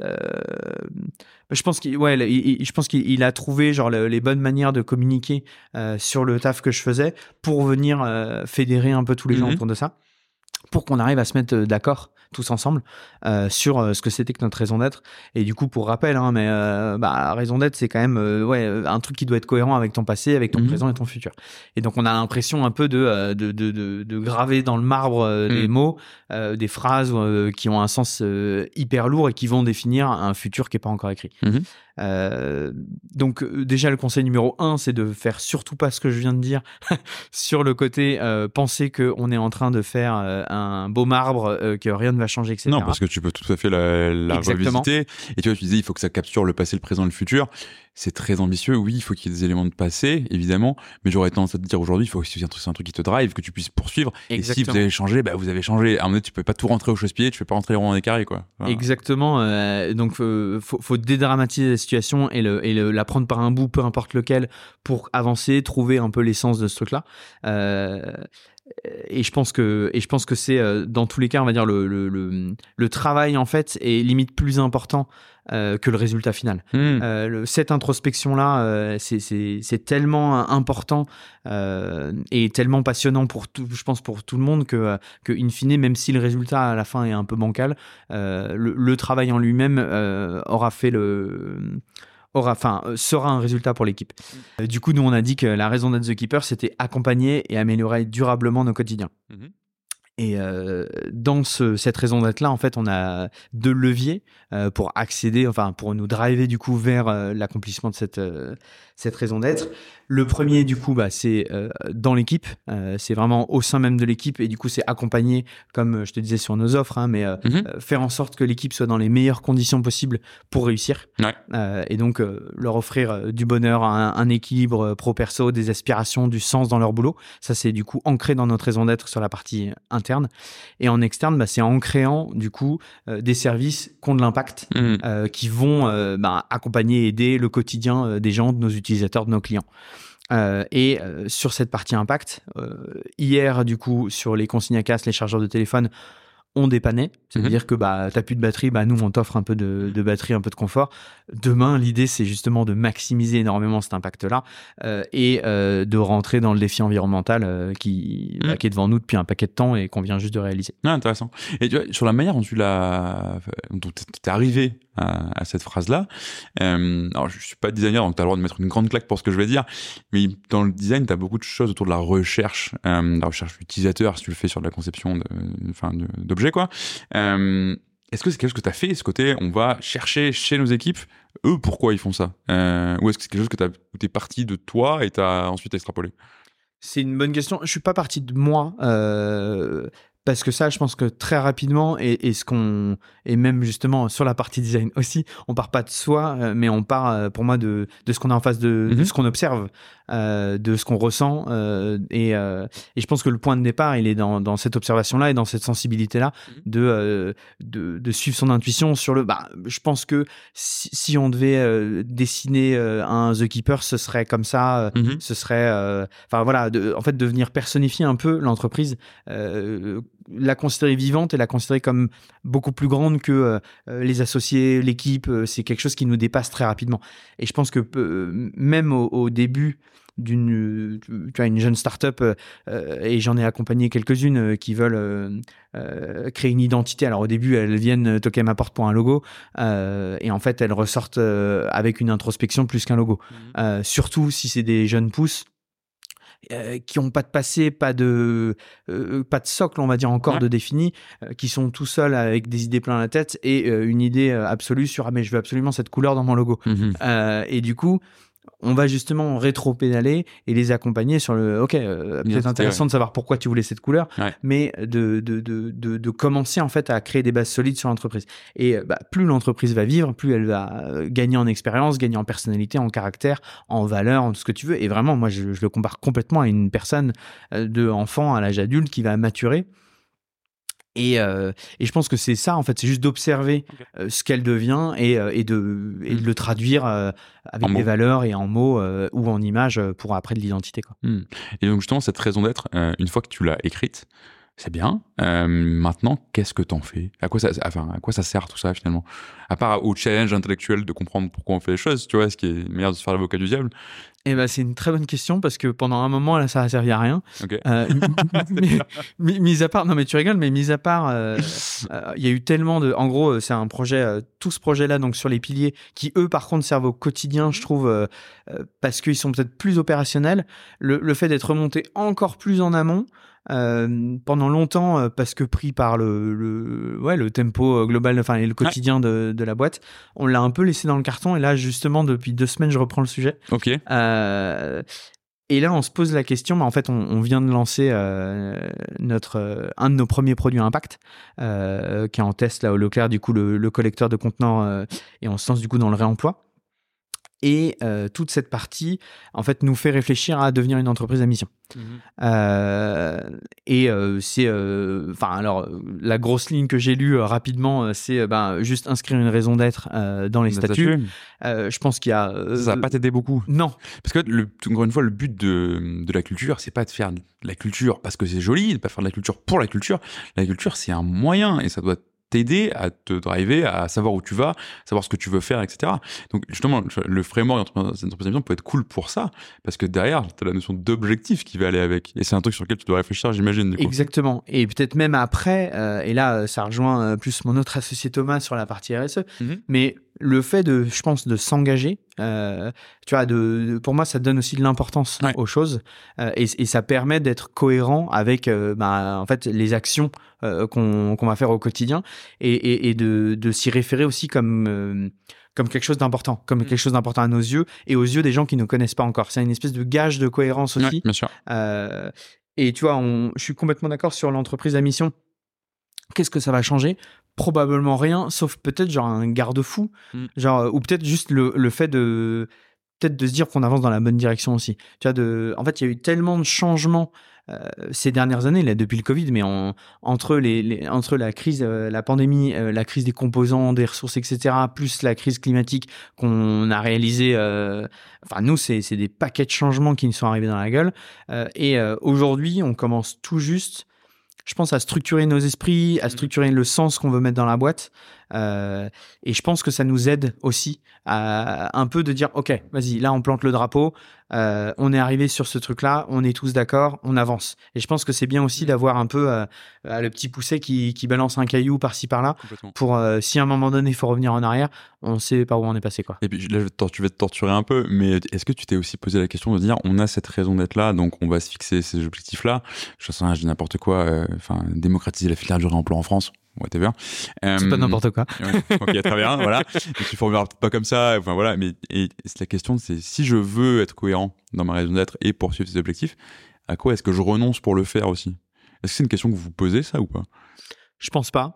je pense qu'il a trouvé genre les bonnes manières de communiquer sur le taf que je faisais pour venir fédérer un peu tous les gens autour de ça pour qu'on arrive à se mettre d'accord tous ensemble sur ce que c'était que notre raison d'être. Et du coup, pour rappel, mais raison d'être, c'est quand même un truc qui doit être cohérent avec ton passé, avec ton présent et ton futur. Et donc, on a l'impression un peu de graver dans le marbre des mots, des phrases qui ont un sens hyper lourd et qui vont définir un futur qui est pas encore écrit. Donc déjà le conseil numéro 1 c'est de faire surtout pas ce que je viens de dire sur le côté penser qu'on est en train de faire un beau marbre que rien ne va changer, etc. Non, parce que tu peux tout à fait la revisiter et tu vois, tu disais il faut que ça capture le passé, le présent et le futur. C'est très ambitieux, oui, il faut qu'il y ait des éléments de passé, évidemment, mais j'aurais tendance à te dire aujourd'hui, il faut que c'est un truc qui te drive, que tu puisses poursuivre. Exactement. Et si vous avez changé, vous avez changé. À un moment donné, tu peux pas tout rentrer au chausse-pied, tu peux pas rentrer les ronds dans les carrés, quoi. Voilà. Exactement. Donc, faut dédramatiser la situation et la prendre par un bout, peu importe lequel, pour avancer, trouver un peu l'essence de ce truc-là. Et je pense que c'est dans tous les cas, on va dire le travail en fait est limite plus important que le résultat final. Cette introspection là, c'est tellement important et tellement passionnant pour tout, je pense pour tout le monde que in fine, même si le résultat à la fin est un peu bancal, le travail en lui-même sera un résultat pour l'équipe. Du coup, nous, on a dit que la raison d'être The Keeper, c'était accompagner et améliorer durablement nos quotidiens. Et dans cette raison d'être-là, en fait, on a 2 leviers pour accéder, pour nous driver du coup vers l'accomplissement de cette raison d'être. Le premier, du coup, c'est dans l'équipe. C'est vraiment au sein même de l'équipe. Et du coup, c'est accompagner, comme je te disais sur nos offres, faire en sorte que l'équipe soit dans les meilleures conditions possibles pour réussir. Et donc, leur offrir du bonheur, un équilibre pro-perso, des aspirations, du sens dans leur boulot. Ça, c'est du coup ancré dans notre raison d'être sur la partie interne. Et en externe, c'est en créant, du coup, des services qui ont de l'impact, qui vont accompagner et aider le quotidien des gens, de nos utilisateurs, de nos clients. Sur cette partie impact, hier du coup sur les consignes à casse, les chargeurs de téléphone, on dépannait, c'est-à-dire que t'as plus de batterie, nous on t'offre un peu de batterie, un peu de confort. Demain, l'idée c'est justement de maximiser énormément cet impact-là et de rentrer dans le défi environnemental qui est devant nous depuis un paquet de temps et qu'on vient juste de réaliser. Intéressant. Et tu vois, sur la manière dont t'es arrivé à cette phrase-là, alors je suis pas designer donc t'as le droit de mettre une grande claque pour ce que je vais dire, mais dans le design t'as beaucoup de choses autour de la recherche utilisateur si tu le fais sur de la conception d'objets quoi. Est-ce que c'est quelque chose que t'as fait, ce côté on va chercher chez nos équipes eux pourquoi ils font ça, ou est-ce que c'est quelque chose où t'es parti de toi et t'as ensuite extrapolé? C'est une bonne question. Je suis pas parti de moi Parce que ça, je pense que très rapidement, et même justement sur la partie design aussi, on part pas de soi, mais on part pour moi de ce qu'on a en face, de ce qu'on observe, de ce qu'on ressent, et je pense que le point de départ, il est dans cette observation-là et dans cette sensibilité-là de suivre son intuition sur le. Je pense que si on devait dessiner un The Keeper, ce serait comme ça, ce serait, en fait, de venir personnifier un peu l'entreprise. La considérer vivante et la considérer comme beaucoup plus grande que les associés, l'équipe. C'est quelque chose qui nous dépasse très rapidement. Et je pense que même au début d'une jeune start-up, et j'en ai accompagné quelques-unes qui veulent créer une identité. Alors au début, elles viennent toquer à ma porte pour un logo, et en fait, elles ressortent avec une introspection plus qu'un logo. Surtout si c'est des jeunes pousses, qui n'ont pas de passé, pas de socle, on va dire, encore de défini, qui sont tout seuls avec des idées plein la tête et une idée absolue sur mais je veux absolument cette couleur dans mon logo. Et du coup, on va justement rétro-pédaler et les accompagner sur le peut-être intéressant de savoir pourquoi tu voulais cette couleur, mais de commencer en fait à créer des bases solides sur l'entreprise. Et plus l'entreprise va vivre, plus elle va gagner en expérience, gagner en personnalité, en caractère, en valeur, en tout ce que tu veux. Et vraiment, moi, je le compare complètement à une personne de enfant à l'âge adulte qui va maturer. Et je pense que c'est ça, en fait, c'est juste d'observer ce qu'elle devient et de le traduire avec des valeurs et en mots ou en images pour après de l'identité, quoi. Et donc justement, cette raison d'être, une fois que tu l'as écrite, c'est bien. Maintenant, qu'est-ce que t'en fais ? À quoi ça sert tout ça finalement ? À part au challenge intellectuel de comprendre pourquoi on fait les choses, tu vois, ce qui est une manière de se faire l'avocat du diable. C'est une très bonne question parce que pendant un moment là ça a servi à rien. Mis à part, non mais tu rigoles, mais mis à part, il y a eu tellement de, en gros c'est un projet, tout ce projet là donc sur les piliers qui eux par contre servent au quotidien, je trouve, parce qu'ils sont peut-être plus opérationnels. Le fait d'être remonté encore plus en amont. Pendant longtemps, parce que pris par le tempo global, enfin et le quotidien de la boîte, on l'a un peu laissé dans le carton. Et là, justement, depuis 2 semaines, je reprends le sujet. Et là, on se pose la question. Mais en fait, on vient de lancer un de nos premiers produits à impact, qui est en test là au Leclerc. Du coup, le collecteur de contenants, et on se lance du coup dans le réemploi. Et toute cette partie, en fait, nous fait réfléchir à devenir une entreprise à mission. C'est, alors, la grosse ligne que j'ai lue rapidement, c'est juste inscrire une raison d'être dans les statuts. Je pense qu'il y a... ça va pas t'aider beaucoup. Non. Parce que, encore une fois, le but de la culture, c'est pas de faire de la culture parce que c'est joli, de pas faire de la culture pour la culture. La culture, c'est un moyen et ça doit t'aider à te driver, à savoir où tu vas, savoir ce que tu veux faire, etc. Donc justement, le framework d'entreprise à mission peut être cool pour ça, parce que derrière, tu as la notion d'objectif qui va aller avec. Et c'est un truc sur lequel tu dois réfléchir, j'imagine. Du coup. Exactement. Et peut-être même après, et là, ça rejoint plus mon autre associé Thomas sur la partie RSE, mais le fait je pense, de s'engager, tu vois, pour moi, ça donne aussi de l'importance aux choses, et ça permet d'être cohérent avec, en fait, les actions qu'on va faire au quotidien, et de s'y référer aussi comme quelque chose d'important, quelque chose d'important à nos yeux et aux yeux des gens qui ne connaissent pas encore. C'est une espèce de gage de cohérence aussi. Bien sûr. Et tu vois, je suis complètement d'accord sur l'entreprise à mission. Qu'est-ce que ça va changer ? Probablement rien, sauf peut-être genre un garde-fou, ou peut-être juste le fait de se dire qu'on avance dans la bonne direction aussi. Tu vois, en fait, il y a eu tellement de changements ces dernières années, là, depuis le Covid, mais entre la crise, la pandémie, la crise des composants, des ressources, etc., plus la crise climatique qu'on a réalisée. Nous, c'est des paquets de changements qui nous sont arrivés dans la gueule. Et aujourd'hui, on commence tout juste, je pense, à structurer nos esprits, à structurer le sens qu'on veut mettre dans la boîte. Et je pense que ça nous aide aussi à un peu de dire, OK, vas-y, là, on plante le drapeau. On est arrivé sur ce truc-là, on est tous d'accord, on avance. Et je pense que c'est bien aussi d'avoir un peu le petit poussé qui balance un caillou par-ci, par-là, pour si à un moment donné, il faut revenir en arrière, on sait par où on est passé, quoi. Et puis là, tu vas te torturer un peu, mais est-ce que tu t'es aussi posé la question de dire, on a cette raison d'être là, donc on va se fixer ces objectifs-là. Je dis n'importe quoi, démocratiser la filière du réemploi en France. Whatever. C'est pas n'importe quoi. Ok, très bien, voilà. Je suis formulé peut-être pas comme ça, voilà. Mais la question, c'est si je veux être cohérent dans ma raison d'être et poursuivre ces objectifs, à quoi est-ce que je renonce pour le faire aussi ? Est-ce que c'est une question que vous vous posez, ça, ou pas? Je pense pas.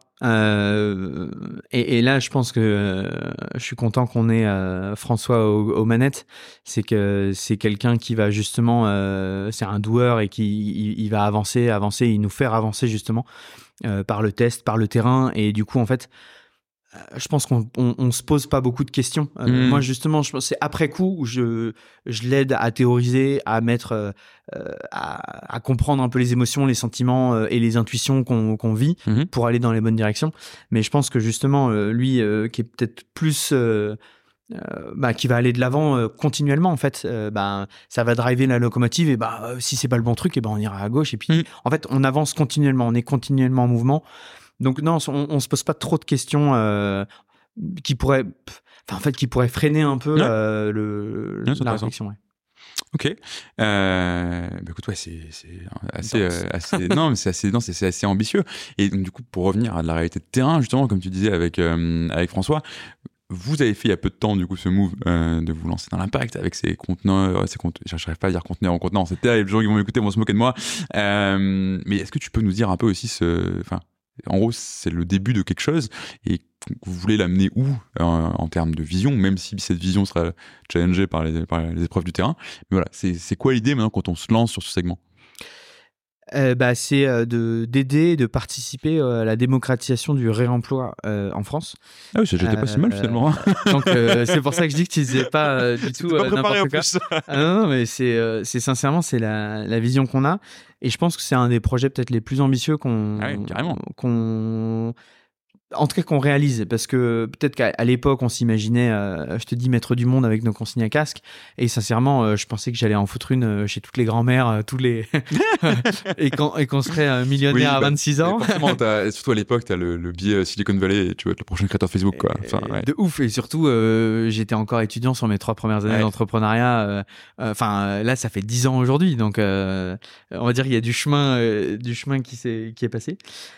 Et là, je pense que je suis content qu'on ait François aux manettes. C'est que c'est quelqu'un qui va justement, c'est un doueur et qui il va avancer, et nous faire avancer justement par le test, par le terrain. Et du coup, en fait, je pense qu'on se pose pas beaucoup de questions. Moi, justement, je pense que c'est après coup où je l'aide à théoriser, à mettre, à comprendre un peu les émotions, les sentiments et les intuitions qu'on vit pour aller dans les bonnes directions. Mais je pense que justement, lui, qui est peut-être plus qui va aller de l'avant continuellement, en fait, ça va driver la locomotive. Et si c'est pas le bon truc, et on ira à gauche. Et puis, en fait, on avance continuellement, on est continuellement en mouvement. Donc non, on se pose pas trop de questions qui pourraient freiner un peu la réflexion. Ouais. Ok. Écoute, ouais, c'est assez. Non, mais c'est assez ambitieux. Et donc, du coup, pour revenir à de la réalité de terrain, justement, comme tu disais avec François, vous avez fait il y a peu de temps, du coup, ce move de vous lancer dans l'impact avec ces conteneurs, j'arrive pas à dire conteneurs en contenant, c'est terrible, les gens qui vont m'écouter vont se moquer de moi. Mais est-ce que tu peux nous dire un peu aussi en gros, c'est le début de quelque chose et vous voulez l'amener où en termes de vision, même si cette vision sera challengée par les épreuves du terrain. Mais voilà, c'est quoi l'idée maintenant quand on se lance sur ce segment? C'est d'aider, de participer à la démocratisation du réemploi en France. Ah oui, j'étais pas si mal finalement. Donc c'est pour ça que je dis que tu disais pas du tout pas préparé n'importe quoi. Non, mais c'est sincèrement c'est la vision qu'on a, et je pense que c'est un des projets peut-être les plus ambitieux carrément. En tout cas qu'on réalise, parce que peut-être qu'à l'époque on s'imaginait, je te dis, maître du monde avec nos consignes à casque, et sincèrement je pensais que j'allais en foutre une chez toutes les grand-mères, et qu'on serait millionnaire à 26 ans. Forcément, surtout à l'époque, t'as le biais Silicon Valley et tu vas être le prochain créateur Facebook, quoi. De ouf, et surtout j'étais encore étudiant sur mes 3 premières années d'entrepreneuriat. Là ça fait 10 ans aujourd'hui, donc on va dire qu'il y a du chemin qui est passé.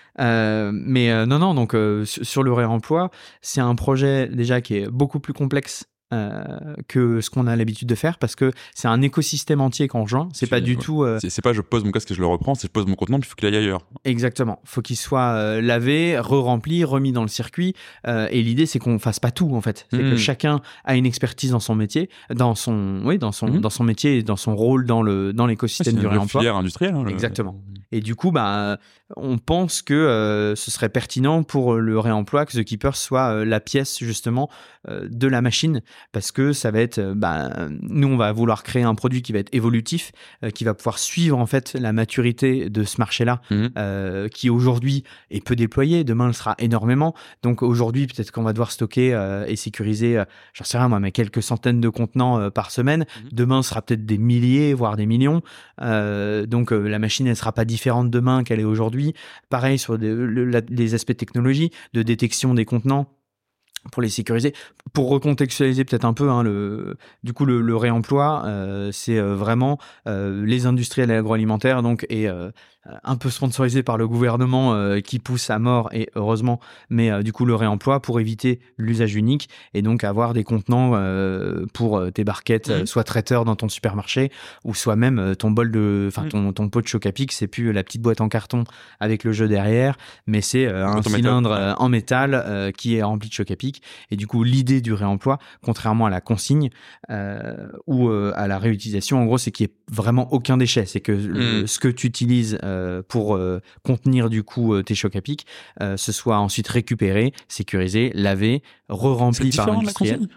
Non, donc sur le réemploi, c'est un projet déjà qui est beaucoup plus complexe que ce qu'on a l'habitude de faire, parce que c'est un écosystème entier qu'on rejoint. C'est pas du tout. C'est pas je pose mon casque et je le reprends, c'est je pose mon contenant puis il faut qu'il aille ailleurs. Exactement. Faut qu'il soit lavé, re-rempli, remis dans le circuit. Et l'idée, c'est qu'on fasse pas tout, en fait. C'est que chacun a une expertise dans son métier, dans son métier et dans son rôle dans l'écosystème du réemploi. C'est une filière industrielle. Exactement. Et du coup, on pense que ce serait pertinent pour le réemploi que The Keeper soit la pièce justement de la machine, parce que ça va être, nous on va vouloir créer un produit qui va être évolutif, qui va pouvoir suivre en fait la maturité de ce marché-là, qui aujourd'hui est peu déployé, demain le sera énormément. Donc aujourd'hui peut-être qu'on va devoir stocker et sécuriser, j'en sais rien moi, mais quelques centaines de contenants par semaine. Demain ce sera peut-être des milliers, voire des millions. Donc la machine elle sera pas différente demain qu'elle est aujourd'hui. Pareil sur les aspects technologie, de détection des contenants, pour les sécuriser. Pour recontextualiser peut-être un peu, le réemploi, c'est vraiment les industriels et l'agroalimentaire, donc, et un peu sponsorisé par le gouvernement qui pousse à mort, et heureusement, mais du coup le réemploi pour éviter l'usage unique, et donc avoir des contenants pour tes barquettes, soit traiteur dans ton supermarché, ou soit même ton bol ton pot de Choc à Pic, c'est plus la petite boîte en carton avec le jeu derrière, mais c'est un cylindre en métal qui est rempli de Choc à Pic. Et du coup l'idée du réemploi, contrairement à la consigne ou à la réutilisation, en gros, c'est qu'il n'y ait vraiment aucun déchet. C'est que ce que tu utilises pour contenir du coup tes Choc à Pic, ce soit ensuite récupéré, sécurisé, lavé, re-rempli par l'industriel.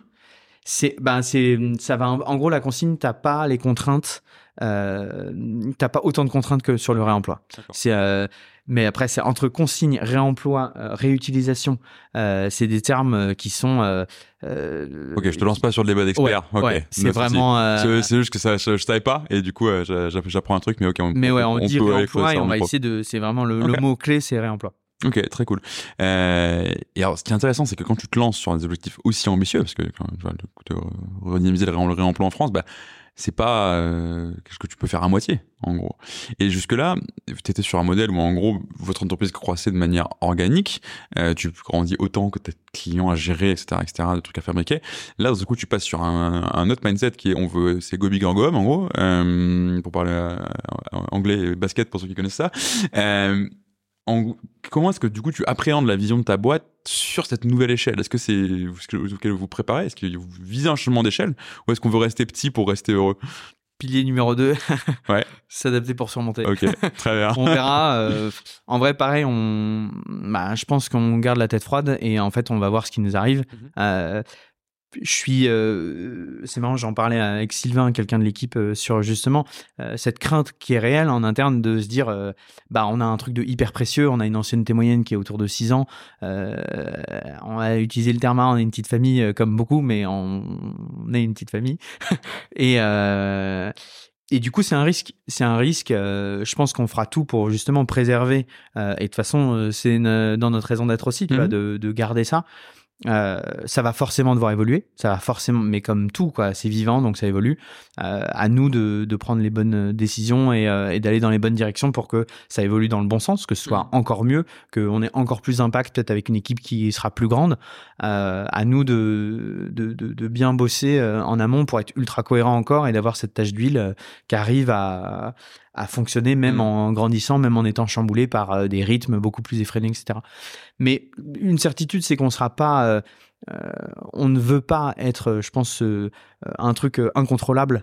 Ça va, en gros, la consigne, t'as pas les contraintes, t'as pas autant de contraintes que sur le réemploi. Mais après, c'est entre consigne, réemploi, réutilisation, c'est des termes qui sont. Ok, je te lance pas sur le débat d'experts. Ouais, c'est vraiment. C'est juste que je savais pas, et du coup, j'apprends un truc, mais ok. On dit réemploi, et on va essayer de. C'est vraiment le mot clé, c'est réemploi. Ok, très cool. Et alors, ce qui est intéressant, c'est que quand tu te lances sur des objectifs aussi ambitieux, parce que redynamiser le réemploi en France, c'est pas quelque chose que tu peux faire à moitié, en gros. Et jusque-là, tu étais sur un modèle où, en gros, votre entreprise croissait de manière organique, tu grandis autant que tes clients à gérer, etc., de trucs à fabriquer. Là, du coup, tu passes sur un autre mindset qui est, c'est go big or go home, en gros, pour parler anglais et basket pour ceux qui connaissent ça. Comment est-ce que du coup tu appréhendes la vision de ta boîte sur cette nouvelle échelle? Est-ce que c'est ce que vous préparez? Est-ce que vous visez un changement d'échelle ou est-ce qu'on veut rester petit pour rester heureux? Pilier numéro 2, ouais. S'adapter pour surmonter. Ok, très bien. On verra. En vrai, pareil, je pense qu'on garde la tête froide et en fait, on va voir ce qui nous arrive. C'est marrant, j'en parlais avec Sylvain, quelqu'un de l'équipe, sur justement cette crainte qui est réelle en interne de se dire on a un truc de hyper précieux, on a une ancienneté moyenne qui est autour de 6 ans, on a utilisé le terme, on est une petite famille comme beaucoup, mais on est une petite famille et du coup, c'est un risque. Je pense qu'on fera tout pour justement préserver. Et de toute façon, c'est dans notre raison d'être aussi, tu vois, de garder ça. Ça va forcément devoir évoluer, mais comme tout, quoi, c'est vivant, donc ça évolue. À nous de prendre les bonnes décisions et d'aller dans les bonnes directions pour que ça évolue dans le bon sens, que ce soit encore mieux, qu'on ait encore plus d'impact, peut-être avec une équipe qui sera plus grande. À nous de bien bosser en amont pour être ultra cohérent encore et d'avoir cette tache d'huile qui arrive à fonctionner même en grandissant, même en étant chamboulé par des rythmes beaucoup plus effrénés, etc. Mais une certitude, c'est qu'on ne sera pas... on ne veut pas être, je pense, un truc incontrôlable.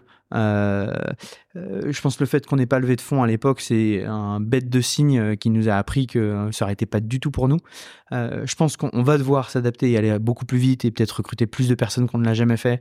Je pense que le fait qu'on n'ait pas levé de fonds à l'époque, c'est un bête de signe qui nous a appris que ça n'aurait été pas du tout pour nous. Je pense qu'on va devoir s'adapter et aller beaucoup plus vite et peut-être recruter plus de personnes qu'on ne l'a jamais fait.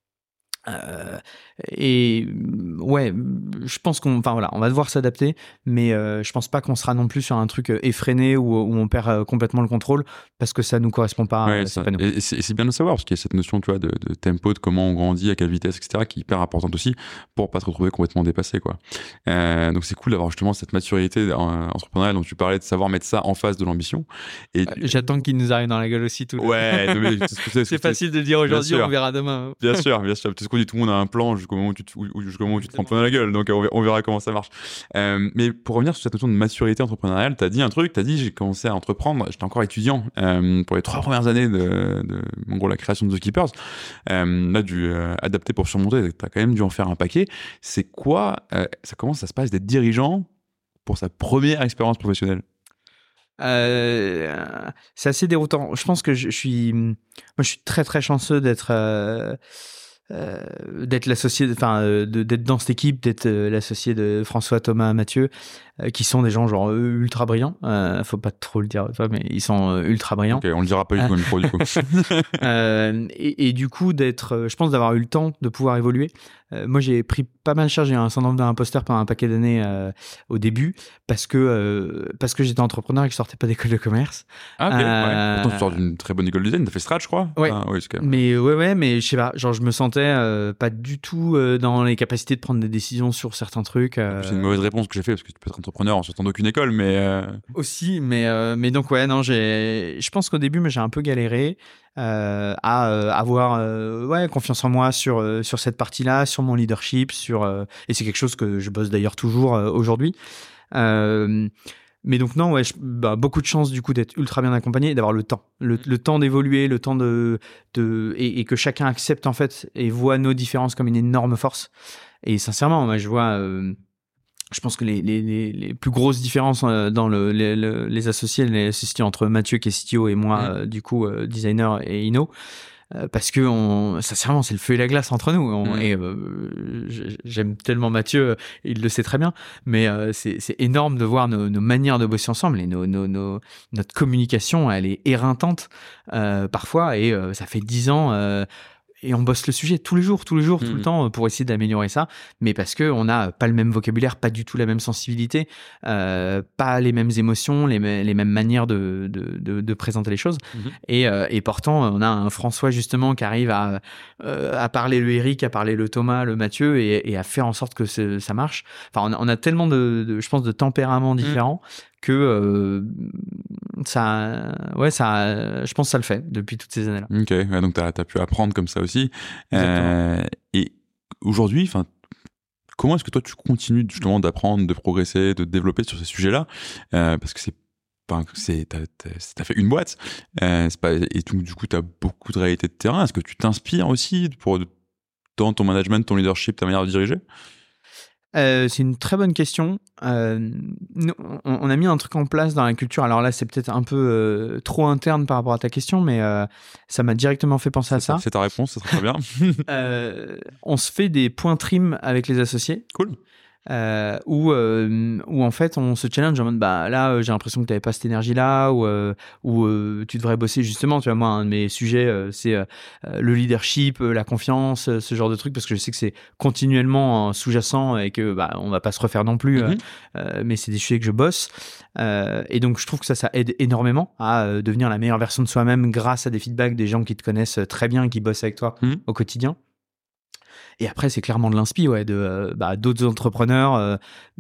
Et ouais, je pense on va devoir s'adapter, mais je pense pas qu'on sera non plus sur un truc effréné où on perd complètement le contrôle parce que ça nous correspond pas. Ouais, c'est pas nous. Et c'est bien de le savoir parce qu'il y a cette notion, tu vois, de tempo, de comment on grandit, à quelle vitesse, etc., qui est hyper importante aussi pour pas se retrouver complètement dépassé, quoi. Donc c'est cool d'avoir justement cette maturité entrepreneuriale dont tu parlais, de savoir mettre ça en face de l'ambition. Et j'attends qu'il nous arrive dans la gueule aussi tout. Ouais, c'est facile de le dire aujourd'hui, on verra demain. Bien sûr. Parce qu'on dit tout le monde a un plan jusqu'au moment où tu te prends dans la gueule, donc on verra comment ça marche. Mais pour revenir sur cette notion de maturité entrepreneuriale, t'as dit un truc, j'ai commencé à entreprendre, j'étais encore étudiant pour les 3 premières années de en gros la création de The Keepers. Là, dû adapter pour surmonter, t'as quand même dû en faire un paquet. C'est quoi, comment ça se passe d'être dirigeant pour sa première expérience professionnelle? C'est assez déroutant. Je pense que je suis très très chanceux d'être l'associé, d'être dans cette équipe, d'être l'associé de François, Thomas, Mathieu, qui sont des gens genre ultra brillants. Faut pas trop le dire, mais ils sont ultra brillants. Ok, on le dira pas du tout au micro du coup. Et du coup je pense d'avoir eu le temps de pouvoir évoluer. Moi, j'ai pris pas mal cher, j'ai eu un syndrome d'imposteur pendant un paquet d'années au début parce que j'étais entrepreneur et que je sortais pas d'école de commerce. Ah ok. Ouais. Pourtant, tu sors d'une très bonne école de design, t'as fait Strat, je crois. Ouais. Oui, c'est quand même... mais je sais pas, genre je me sentais pas du tout dans les capacités de prendre des décisions sur certains trucs. C'est une mauvaise réponse que j'ai fait parce que tu peux être entrepreneur en sortant d'aucune école, mais aussi, mais donc ouais, non, je pense qu'au début, j'ai un peu galéré à avoir confiance en moi sur cette partie-là, sur mon leadership, et c'est quelque chose que je bosse d'ailleurs toujours aujourd'hui. Mais donc non, ouais, beaucoup de chance du coup d'être ultra bien accompagné et d'avoir le temps, le temps d'évoluer, le temps et que chacun accepte en fait et voit nos différences comme une énorme force. Et sincèrement, moi je vois, je pense que les plus grosses différences dans les associés entre Mathieu qui est CTO et moi du coup designer et Inno. Parce que sincèrement c'est le feu et la glace entre nous et j'aime tellement Mathieu, il le sait très bien, mais c'est énorme de voir nos manières de bosser ensemble et notre communication, elle est éreintante parfois, et ça fait 10 ans et on bosse le sujet tous les jours, tout le temps pour essayer d'améliorer ça, mais parce que on n'a pas le même vocabulaire, pas du tout la même sensibilité, pas les mêmes émotions, les mêmes manières de présenter les choses. Et pourtant on a un François justement qui arrive à parler le Eric, à parler le Thomas, le Mathieu, et à faire en sorte que ça marche. Enfin, on a tellement je pense de tempéraments différents que je pense que ça le fait depuis toutes ces années-là. Ok, ouais, donc t'as pu apprendre comme ça aussi. Et aujourd'hui, Comment est-ce que toi, tu continues justement d'apprendre, de progresser, de te développer sur ces sujets-là? Parce que t'as fait une boîte, c'est pas, et du coup, t'as beaucoup de réalité de terrain. Est-ce que tu t'inspires aussi dans ton management, ton leadership, ta manière de diriger? C'est une très bonne question. Nous, on a mis un truc en place dans la culture. Alors là, c'est peut-être un peu trop interne par rapport à ta question, mais ça m'a directement fait penser à ça. C'est ta réponse, ça serait très bien. On se fait des points trim avec les associés. Cool. Où en fait on se challenge en mode bah là j'ai l'impression que tu n'avais pas cette énergie là ou tu devrais bosser justement, tu vois, moi un de mes sujets c'est le leadership, la confiance, ce genre de trucs, parce que je sais que c'est continuellement sous-jacent et que bah on va pas se refaire non plus, mais c'est des sujets que je bosse, et donc je trouve que ça aide énormément à devenir la meilleure version de soi-même grâce à des feedbacks des gens qui te connaissent très bien, qui bossent avec toi au quotidien. Et après, c'est clairement de l'inspi, ouais, d'autres entrepreneurs,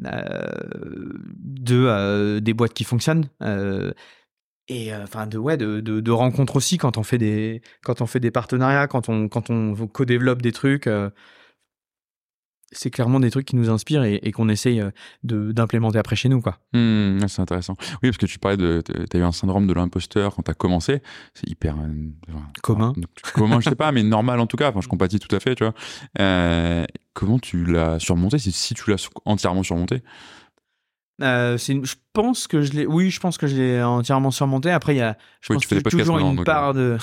des boîtes qui fonctionnent, et enfin de rencontres aussi quand on fait des partenariats, quand on co-développe des trucs. C'est clairement des trucs qui nous inspirent et qu'on essaye d'implémenter après chez nous, quoi. C'est intéressant. Oui, parce que tu parlais t'as eu un syndrome de l'imposteur quand t'as commencé. C'est hyper commun. Commun, je sais pas, mais normal en tout cas. Enfin, je compatis tout à fait, tu vois. Comment tu l'as surmonté, si tu l'as entièrement surmonté? Je pense que je l'ai entièrement surmonté. Après, je pense qu'il y a toujours une part de.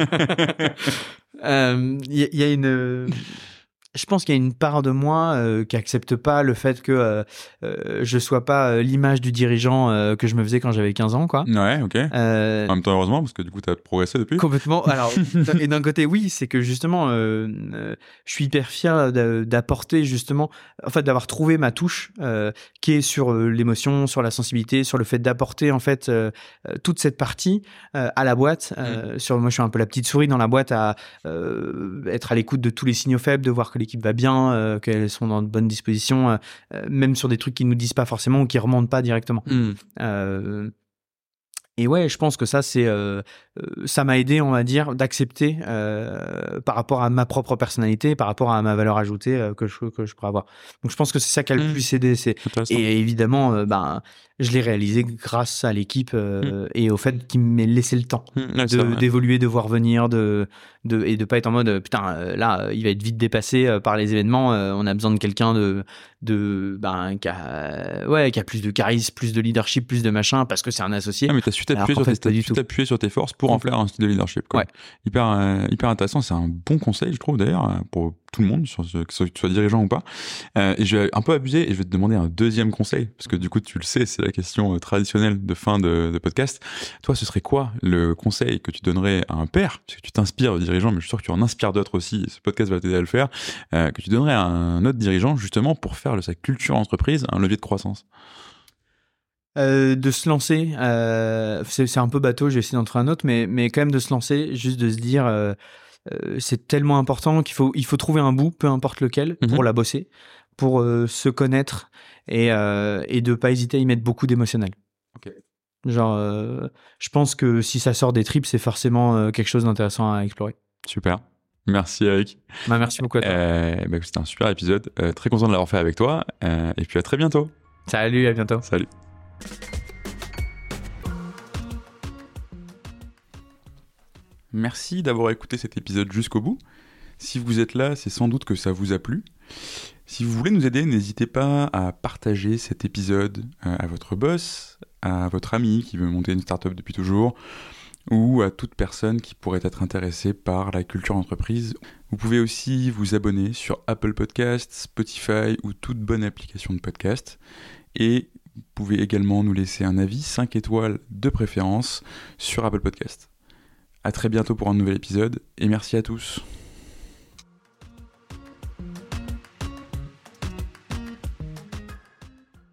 Je pense qu'il y a une part de moi qui accepte pas le fait que je sois pas l'image du dirigeant que je me faisais quand j'avais 15 ans, quoi. Ouais, ok. En même temps, heureusement, parce que du coup, t'as progressé depuis. Complètement. Alors, et d'un côté, oui, c'est que justement, je suis hyper fier d'apporter justement, en fait, d'avoir trouvé ma touche qui est sur l'émotion, sur la sensibilité, sur le fait d'apporter en fait toute cette partie à la boîte. Moi, je suis un peu la petite souris dans la boîte, à être à l'écoute de tous les signaux faibles, de voir que l'équipe va bien, qu'elles sont dans de bonnes dispositions, même sur des trucs qu'ils nous disent pas forcément ou qui remontent pas directement. Et ouais, je pense que ça, ça m'a aidé, on va dire, d'accepter par rapport à ma propre personnalité, par rapport à ma valeur ajoutée que je pourrais avoir. Donc je pense que c'est ça qui a le plus aidé. Et évidemment, je l'ai réalisé grâce à l'équipe et au fait qu'il m'ait laissé le temps d'évoluer, de voir venir, et de pas être en mode putain, là, il va être vite dépassé par les événements. On a besoin de quelqu'un qui a plus de charisme, plus de leadership, plus de machin, parce que c'est un associé. Ah, mais t'as su t'appuyer sur tes forces pour en faire un style de leadership, quoi. Ouais. Hyper intéressant. C'est un bon conseil, je trouve, d'ailleurs, pour tout le monde, que tu sois dirigeant ou pas. Et je vais un peu abuser et je vais te demander un deuxième conseil, parce que du coup, tu le sais, c'est la question traditionnelle de fin de podcast. Toi, ce serait quoi le conseil que tu donnerais à un père, parce que tu t'inspires de dirigeants, mais je suis sûr que tu en inspires d'autres aussi, ce podcast va t'aider à le faire, que tu donnerais à un autre dirigeant, justement, pour faire de sa culture entreprise un levier de croissance? De se lancer, c'est un peu bateau, je vais essayer d'en trouver un autre, mais quand même de se lancer, juste de se dire c'est tellement important qu'il faut trouver un bout, peu importe lequel, pour la bosser, pour se connaître et de pas hésiter à y mettre beaucoup d'émotionnel. Okay. Genre, je pense que si ça sort des tripes, c'est forcément quelque chose d'intéressant à explorer. Super. Merci Eric. Merci beaucoup à toi. C'était un super épisode. Très content de l'avoir fait avec toi. Et puis à très bientôt. Salut, à bientôt. Salut. Merci d'avoir écouté cet épisode jusqu'au bout. Si vous êtes là, c'est sans doute que ça vous a plu. Si vous voulez nous aider, n'hésitez pas à partager cet épisode à votre boss, à votre ami qui veut monter une startup depuis toujours, ou à toute personne qui pourrait être intéressée par la culture d'entreprise. Vous pouvez aussi vous abonner sur Apple Podcasts, Spotify ou toute bonne application de podcast. Et vous pouvez également nous laisser un avis 5 étoiles de préférence sur Apple Podcasts. À très bientôt pour un nouvel épisode et merci à tous.